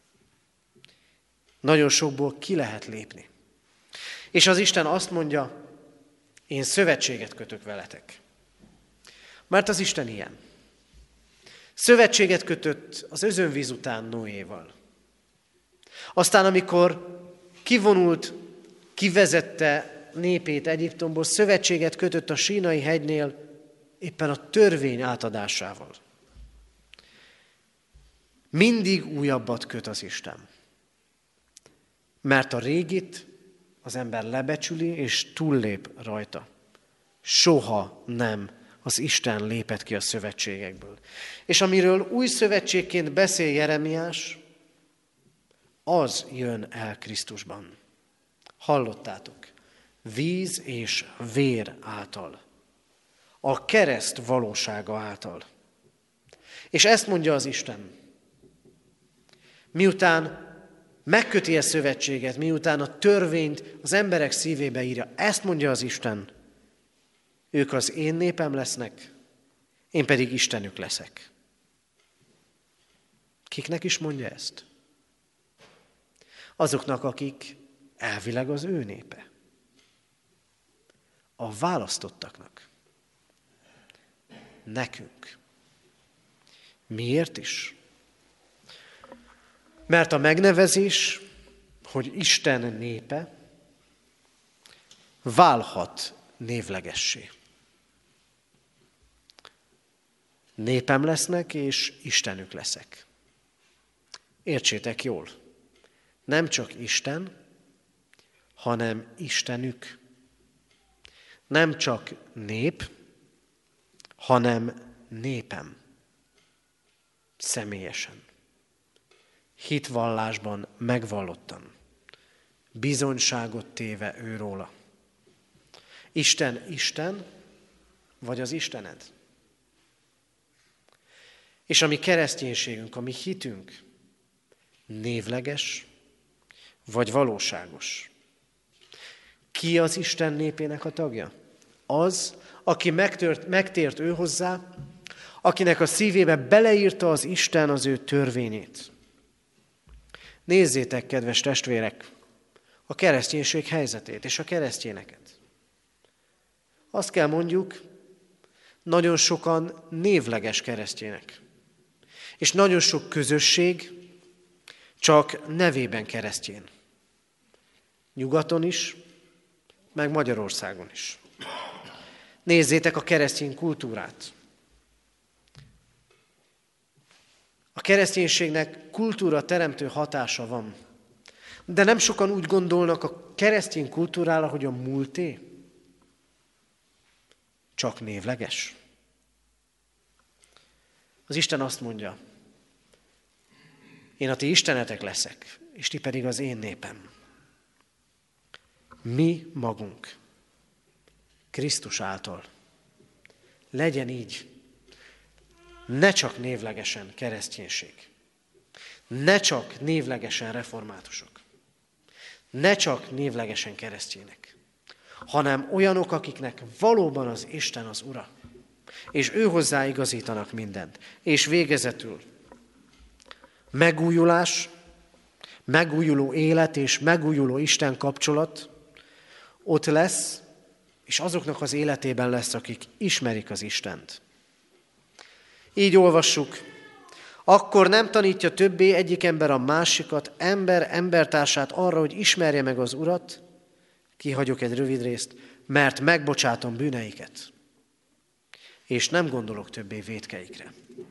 Speaker 1: Nagyon sokból ki lehet lépni. És az Isten azt mondja, én szövetséget kötök veletek. Mert az Isten ilyen. Szövetséget kötött az özönvíz után Noéval. Aztán, amikor kivonult, kivezette népét Egyiptomból, szövetséget kötött a Sínai hegynél éppen a törvény átadásával. Mindig újabbat köt az Isten. Mert a régit az ember lebecsüli és túllép rajta. Soha nem az Isten lépett ki a szövetségekből. És amiről új szövetségként beszél Jeremiás, az jön el Krisztusban. Hallottátok? Víz és vér által. A kereszt valósága által. És ezt mondja az Isten. Miután megköti a szövetséget, miután a törvényt az emberek szívébe írja, ezt mondja az Isten. Ők az én népem lesznek, én pedig Istenük leszek. Kiknek is mondja ezt? Azoknak, akik elvileg az ő népe. A választottaknak. Nekünk. Miért is? Mert a megnevezés, hogy Isten népe, válhat névlegessé. Népem lesznek, és Istenük leszek. Értsétek jól, nem csak Isten, hanem Istenük. Nem csak nép, hanem népem. Személyesen. Hitvallásban megvallottan. Bizonyságot téve őróla. Isten Isten, vagy az Istened? És a mi kereszténységünk, a mi hitünk névleges, vagy valóságos? Ki az Isten népének a tagja? Az, aki megtört, megtért ő hozzá, akinek a szívébe beleírta az Isten az ő törvényét. Nézzétek, kedves testvérek, a kereszténység helyzetét és a keresztényeket. Azt kell mondjuk, nagyon sokan névleges keresztények. És nagyon sok közösség csak nevében keresztjén. Nyugaton is, meg Magyarországon is. Nézzétek a keresztény kultúrát. A kereszténységnek kultúra teremtő hatása van. De nem sokan úgy gondolnak a keresztény kultúrára, hogy a múlté, Csak névleges? Az Isten azt mondja, én a ti istenetek leszek, és ti pedig az én népem. Mi magunk, Krisztus által. Legyen így. Ne csak névlegesen kereszténység. Ne csak névlegesen reformátusok. Ne csak névlegesen keresztjének. Hanem olyanok, akiknek valóban az Isten az Ura. És ő hozzá igazítanak mindent. És végezetül megújulás, megújuló élet és megújuló Isten kapcsolat ott lesz, és azoknak az életében lesz, akik ismerik az Istent. Így olvassuk, akkor nem tanítja többé egyik ember a másikat, ember embertársát arra, hogy ismerje meg az Urat, kihagyok egy rövid részt, mert megbocsátom bűneiket, és nem gondolok többé vétkeikre.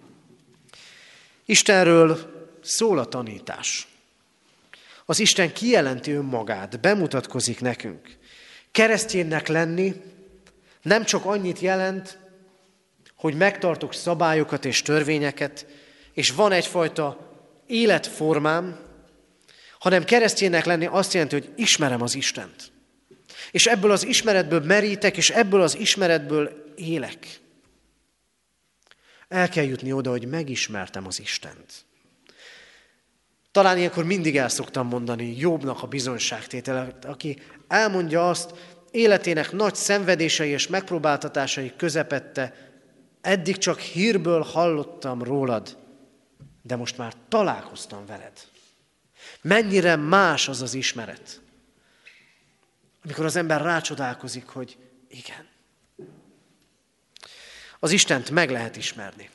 Speaker 1: Istenről szól a tanítás. Az Isten kijelenti önmagát, bemutatkozik nekünk. Kereszténynek lenni nem csak annyit jelent, hogy megtartok szabályokat és törvényeket, és van egyfajta életformám, hanem kereszténynek lenni azt jelenti, hogy ismerem az Istent. És ebből az ismeretből merítek, és ebből az ismeretből élek. El kell jutni oda, hogy megismertem az Istent. Talán ilyenkor mindig el szoktam mondani Jobbnak a bizonyságtételet, aki elmondja azt, életének nagy szenvedései és megpróbáltatásai közepette, eddig csak hírből hallottam rólad, de most már találkoztam veled. Mennyire más az az ismeret, amikor az ember rácsodálkozik, hogy igen. Az Istent meg lehet ismerni.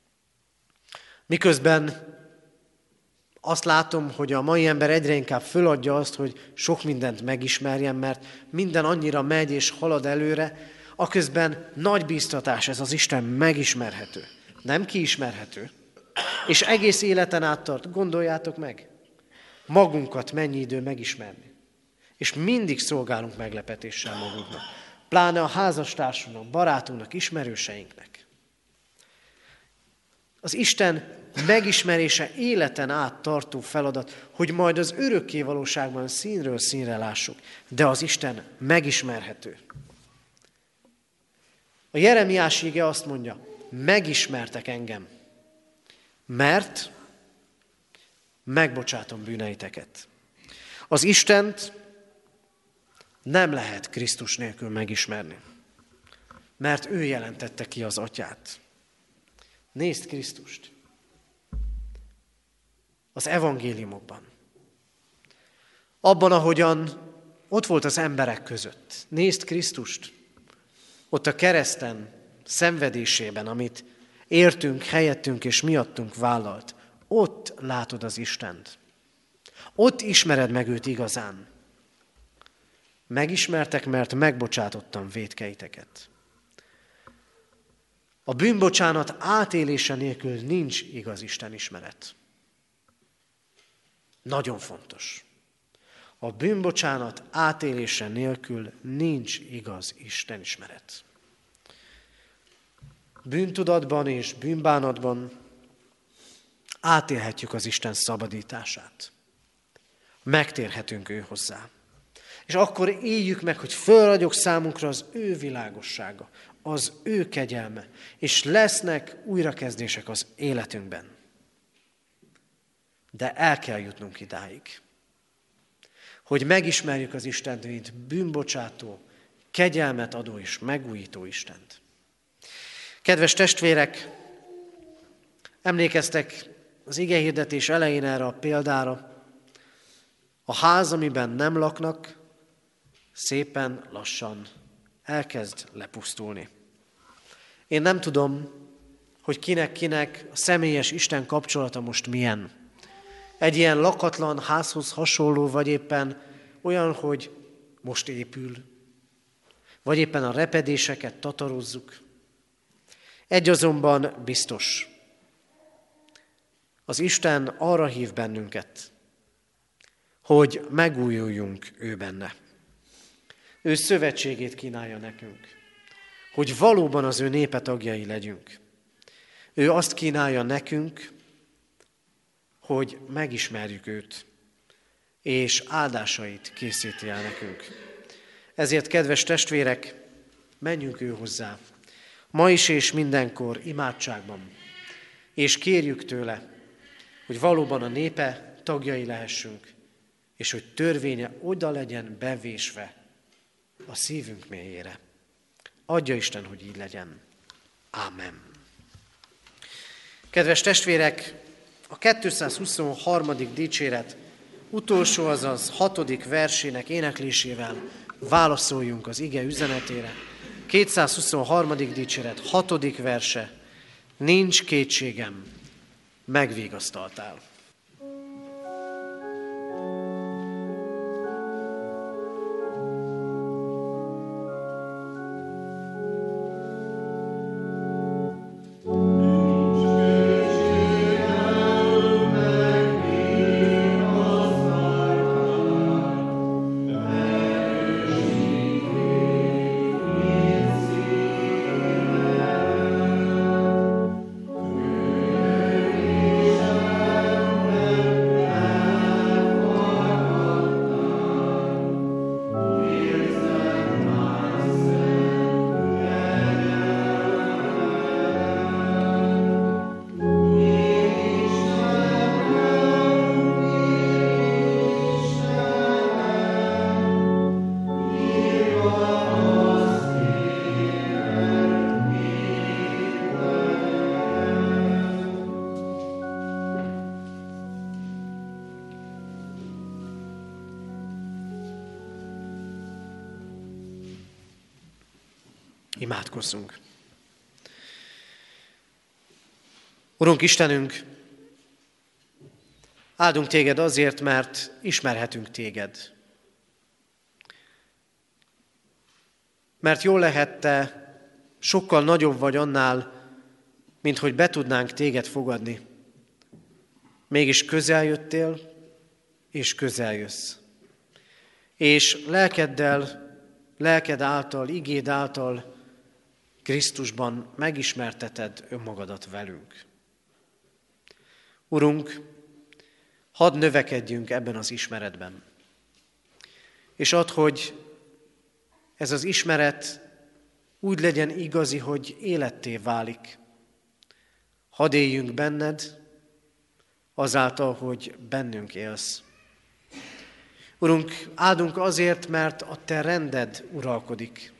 Speaker 1: Miközben azt látom, hogy a mai ember egyre inkább föladja azt, hogy sok mindent megismerjen, mert minden annyira megy és halad előre, aközben nagy bíztatás, ez az Isten megismerhető. Nem kiismerhető. És egész életen át tart. Gondoljátok meg, magunkat mennyi idő megismerni. És mindig szolgálunk meglepetéssel magunknak. Pláne a házastársunknak, barátunknak, ismerőseinknek. Az Isten megismerése életen át tartó feladat, hogy majd az örökké valóságban színről színre lássuk. De az Isten megismerhető. A Jeremiás íge azt mondja, megismertek engem, mert megbocsátom bűneiteket. Az Istent nem lehet Krisztus nélkül megismerni, mert ő jelentette ki az Atyát. Nézd Krisztust az evangéliumokban. Abban, ahogyan ott volt az emberek között. Nézd Krisztust ott a kereszten szenvedésében, amit értünk, helyettünk és miattunk vállalt. Ott látod az Istent. Ott ismered meg őt igazán. Megismertek, mert megbocsátottam vétkeiteket. A bűnbocsánat átélése nélkül nincs igaz Isten ismeret. Nagyon fontos. A bűnbocsánat átélése nélkül nincs igaz Isten ismeret. Bűntudatban és bűnbánatban átélhetjük az Isten szabadítását. Megtérhetünk ő hozzá. És akkor éljük meg, hogy fölragyog számunkra az ő világossága, az ő kegyelme, és lesznek újrakezdések az életünkben. De el kell jutnunk idáig, hogy megismerjük az Istent, mint bűnbocsátó, kegyelmet adó és megújító Istent. Kedves testvérek, emlékeztek az igehirdetés elején erre a példára. A ház, amiben nem laknak, szépen lassan elkezd lepusztulni. Én nem tudom, hogy kinek-kinek a személyes Isten kapcsolata most milyen. Egy ilyen lakatlan házhoz hasonló, vagy éppen olyan, hogy most épül, vagy éppen a repedéseket tatarozzuk. Egy azonban biztos. Az Isten arra hív bennünket, hogy megújuljunk ő benne. Ő szövetségét kínálja nekünk, hogy valóban az ő népe tagjai legyünk. Ő azt kínálja nekünk, hogy megismerjük őt, és áldásait készíti el nekünk. Ezért, kedves testvérek, menjünk ő hozzá, ma is és mindenkor imádságban, és kérjük tőle, hogy valóban a népe tagjai lehessünk, és hogy törvénye oda legyen bevésve a szívünk mélyére. Adja Isten, hogy így legyen. Ámen. Kedves testvérek, a kétszázhuszonharmadik dicséret utolsó, azaz hatodik versének éneklésével válaszoljunk az ige üzenetére. kétszázhuszonharmadik dicséret hatodik verse. Nincs kétségem, megvigasztaltál. Imádkozzunk. Urunk Istenünk, áldunk téged azért, mert ismerhetünk téged. Mert jól lehet, te sokkal nagyobb vagy annál, mint hogy be tudnánk téged fogadni. Mégis közel jöttél, és közel jössz. És lelkeddel, lelked által, igéd által Krisztusban megismerteted önmagadat velünk. Urunk, hadd növekedjünk ebben az ismeretben. És add, hogy ez az ismeret úgy legyen igazi, hogy életté válik. Hadd éljünk benned, azáltal, hogy bennünk élsz. Urunk, áldunk azért, mert a te rended uralkodik.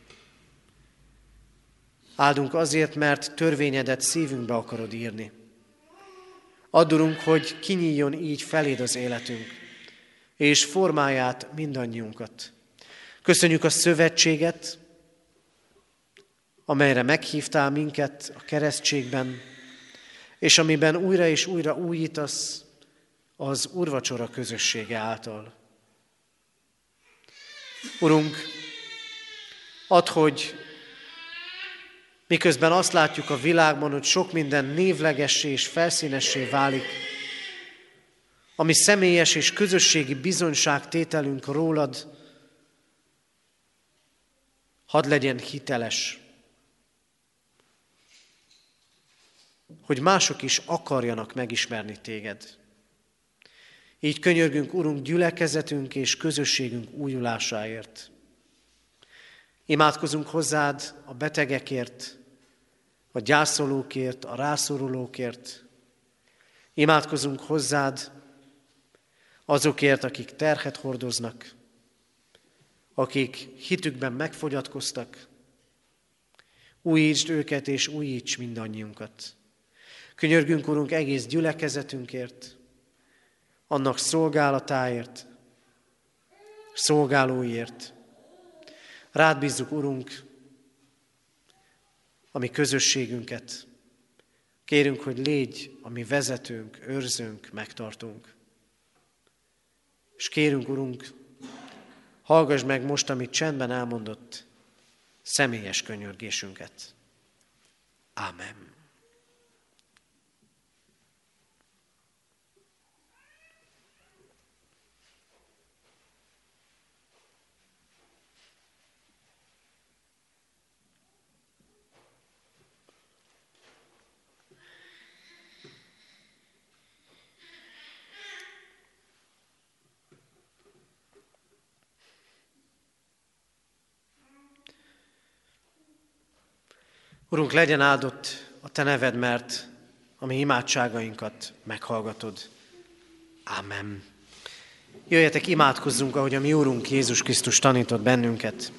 Speaker 1: Áldunk azért, mert törvényedet szívünkbe akarod írni. Add, Urunk, hogy kinyíljon így feléd az életünk, és formálj át mindannyiunkat. Köszönjük a szövetséget, amelyre meghívtál minket a keresztségben, és amiben újra és újra újítasz az úrvacsora közössége által. Urunk, add, hogy miközben azt látjuk a világban, hogy sok minden névlegessé és felszínessé válik, ami személyes és közösségi bizonyságtételünk rólad, hadd legyen hiteles, hogy mások is akarjanak megismerni téged. Így könyörgünk, Urunk, gyülekezetünk és közösségünk újulásáért. Imádkozunk hozzád a betegekért, a gyászolókért, a rászorulókért. Imádkozunk hozzád azokért, akik terhet hordoznak, akik hitükben megfogyatkoztak. Újítsd őket és újíts mindannyiunkat. Könyörgünk, Urunk, egész gyülekezetünkért, annak szolgálatáért, szolgálóiért. Rád bízzuk, Urunk, a mi közösségünket. Kérünk, hogy légy a mi vezetőnk, őrzőnk, megtartunk. És kérünk, Urunk, hallgass meg most, amit csendben elmondott, személyes könyörgésünket. Ámen. Urunk, legyen áldott a Te neved, mert a mi imádságainkat meghallgatod. Ámen. Jöjjetek, imádkozzunk, ahogy a mi Úrunk Jézus Krisztus tanított bennünket.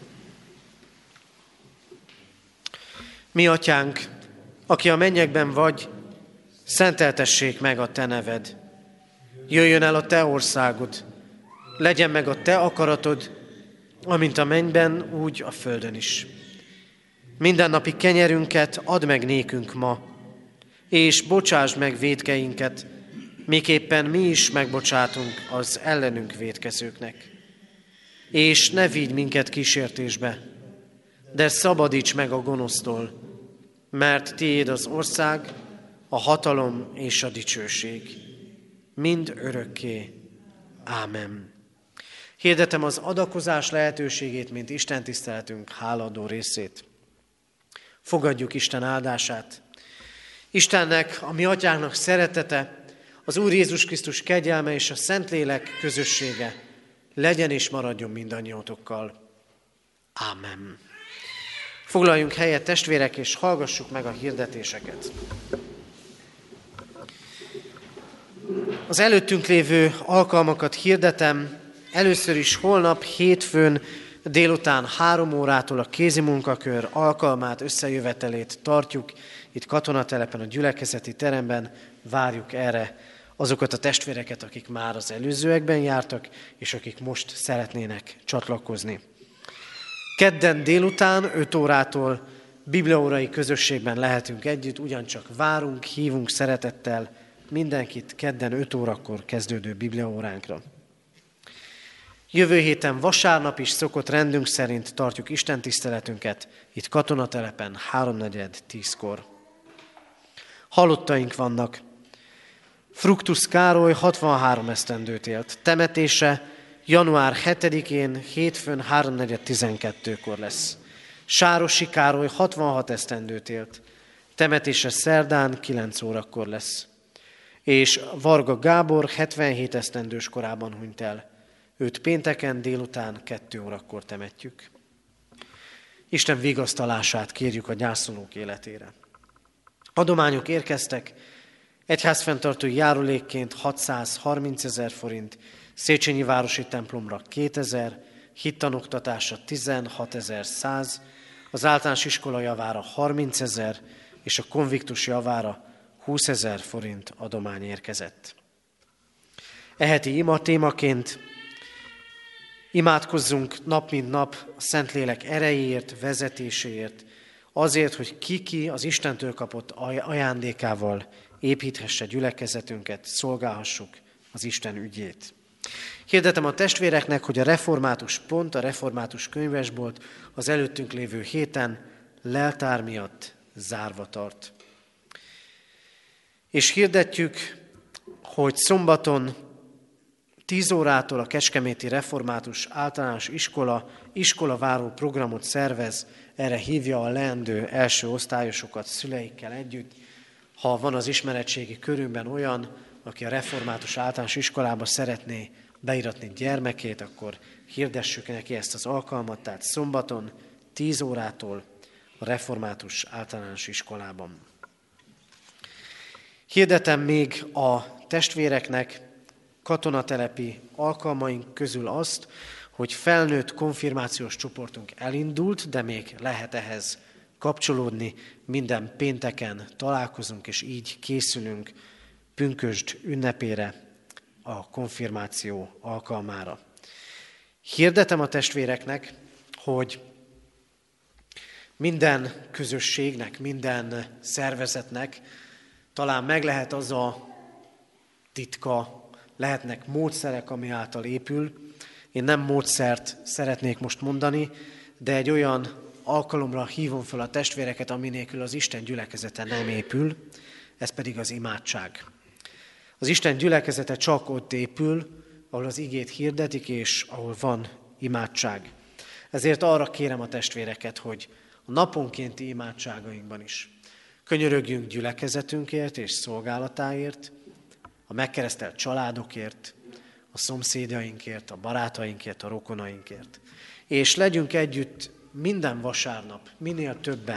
Speaker 1: Mi Atyánk, aki a mennyekben vagy, szenteltessék meg a Te neved. Jöjjön el a Te országod, legyen meg a Te akaratod, amint a mennyben, úgy a földön is. Mindennapi kenyerünket add meg nékünk ma, és bocsásd meg vétkeinket, miképpen mi is megbocsátunk az ellenünk vétkezőknek. És ne vigy minket kísértésbe, de szabadíts meg a gonosztól, mert tiéd az ország, a hatalom és a dicsőség, mind örökké. Ámen. Hirdetem az adakozás lehetőségét, mint Isten tiszteletünk hálaadó részét. Fogadjuk Isten áldását. Istennek, a mi Atyánknak szeretete, az Úr Jézus Krisztus kegyelme és a Szentlélek közössége legyen és maradjon mindannyiótokkal. Ámen. Foglaljunk helyet, testvérek, és hallgassuk meg a hirdetéseket. Az előttünk lévő alkalmakat hirdetem. Először is holnap, hétfőn, délután három órától a kézimunkakör alkalmát, összejövetelét tartjuk. Itt katonatelepen, a gyülekezeti teremben várjuk erre azokat a testvéreket, akik már az előzőekben jártak, és akik most szeretnének csatlakozni. Kedden délután öt órától bibliaórai közösségben lehetünk együtt, ugyancsak várunk, hívunk szeretettel mindenkit kedden öt órakor kezdődő bibliaóránkra. Jövő héten vasárnap is szokott rendünk szerint tartjuk istentiszteletünket, itt katonatelepen háromnegyed tízkor. Halottaink vannak. Fructus Károly hatvanhárom esztendőt élt. Temetése január hetedikén, hétfőn háromnegyed tizenkettőkor lesz. Sárosi Károly hatvanhat esztendőt élt. Temetése szerdán kilenc órakor lesz. És Varga Gábor hetvenhét esztendős korában hunyt el. Őt pénteken délután kettő órakor temetjük. Isten vigasztalását kérjük a gyászolók életére. Adományok érkeztek, egyházfenntartói járulékként hatszázharmincezer forint, Széchenyi városi templomra kétezer, hittanoktatásra tizenhatezer-száz, az általános iskola javára harmincezer és a konviktus javára húszezer forint adomány érkezett. E heti ima témaként imádkozzunk nap mint nap a Szentlélek erejéért, vezetéséért, azért, hogy ki-ki az Istentől kapott ajándékával építhesse gyülekezetünket, szolgálhassuk az Isten ügyét. Hirdetem a testvéreknek, hogy a református pont, a református könyvesbolt az előttünk lévő héten leltár miatt zárva tart. És hirdetjük, hogy szombaton tíz órától a Kecskeméti Református Általános Iskola iskolaváró programot szervez, erre hívja a leendő első osztályosokat szüleikkel együtt. Ha van az ismeretségi körünkben olyan, aki a Református Általános Iskolába szeretné beiratni gyermekét, akkor hirdessük neki ezt az alkalmat, tehát szombaton tíz órától a Református Általános Iskolában. Hirdetem még a testvéreknek katonatelepi alkalmaink közül azt, hogy felnőtt konfirmációs csoportunk elindult, de még lehet ehhez kapcsolódni. Minden pénteken találkozunk, és így készülünk pünkösd ünnepére, a konfirmáció alkalmára. Hirdetem a testvéreknek, hogy minden közösségnek, minden szervezetnek talán meg lehet az a titka, lehetnek módszerek, ami által épül. Én nem módszert szeretnék most mondani, de egy olyan alkalomra hívom fel a testvéreket, ami nélkül az Isten gyülekezete nem épül, ez pedig az imádság. Az Isten gyülekezete csak ott épül, ahol az igét hirdetik, és ahol van imádság. Ezért arra kérem a testvéreket, hogy a naponkénti imádságainkban is könyörögjünk gyülekezetünkért és szolgálatáért, a megkeresztelt családokért, a szomszédjainkért, a barátainkért, a rokonainkért. És legyünk együtt minden vasárnap, minél többen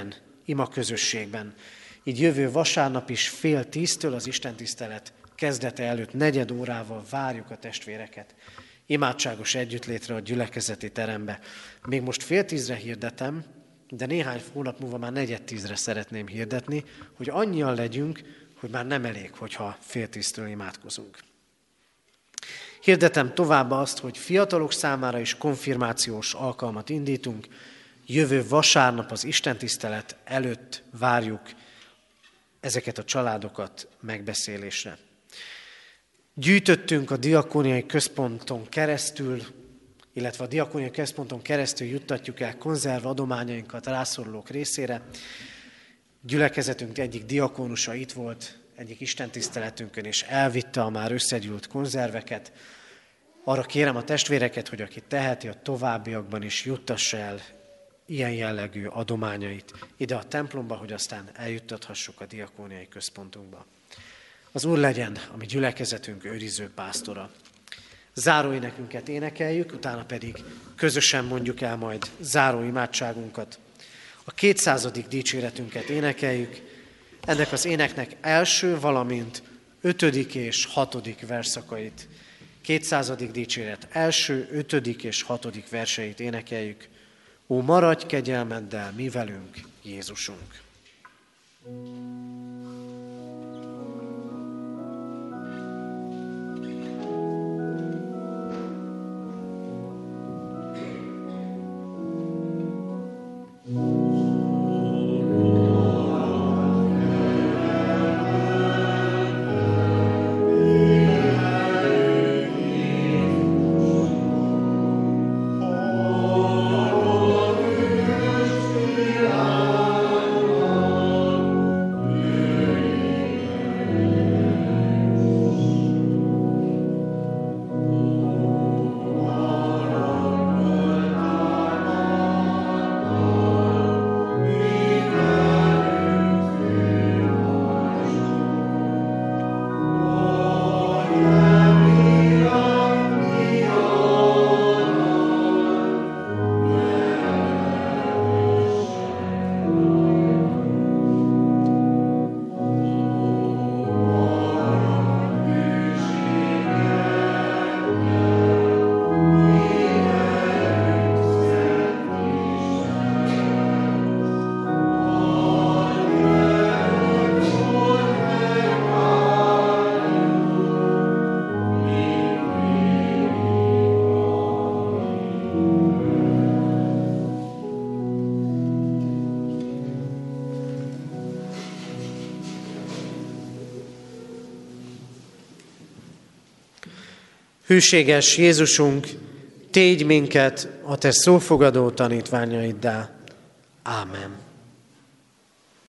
Speaker 1: ima közösségben. Így jövő vasárnap is fél tíztől az istentisztelet kezdete előtt negyed órával várjuk a testvéreket imádságos együttlétre a gyülekezeti terembe. Még most fél tízre hirdetem, de néhány hónap múlva már negyed tízre szeretném hirdetni, hogy annyian legyünk, hogy már nem elég, hogyha fél tíztől imádkozunk. Hirdetem továbbá azt, hogy fiatalok számára is konfirmációs alkalmat indítunk. Jövő vasárnap az istentisztelet előtt várjuk ezeket a családokat megbeszélésre. Gyűjtöttünk a diakóniai központon keresztül, illetve a diakóniai központon keresztül juttatjuk el konzerv adományainkat rászorulók részére. Gyülekezetünk egyik diakónusa itt volt egyik istentiszteletünkön, és elvitte a már összegyűlt konzerveket. Arra kérem a testvéreket, hogy aki teheti, a továbbiakban is juttassa el ilyen jellegű adományait ide a templomba, hogy aztán eljuttathassuk a diakóniai központunkba. Az Úr legyen a mi gyülekezetünk őriző pásztora. Záróénekünket énekeljük, utána pedig közösen mondjuk el majd záró imádságunkat. A kétszázadik dicséretünket énekeljük, ennek az éneknek első, valamint ötödik és hatodik verszakait. Kétszázadik dicséret első, ötödik és hatodik verseit énekeljük. Ó, maradj kegyelmeddel mi velünk, Jézusunk! Hűséges Jézusunk, tégy minket a te szófogadó tanítványaiddá. Ámen.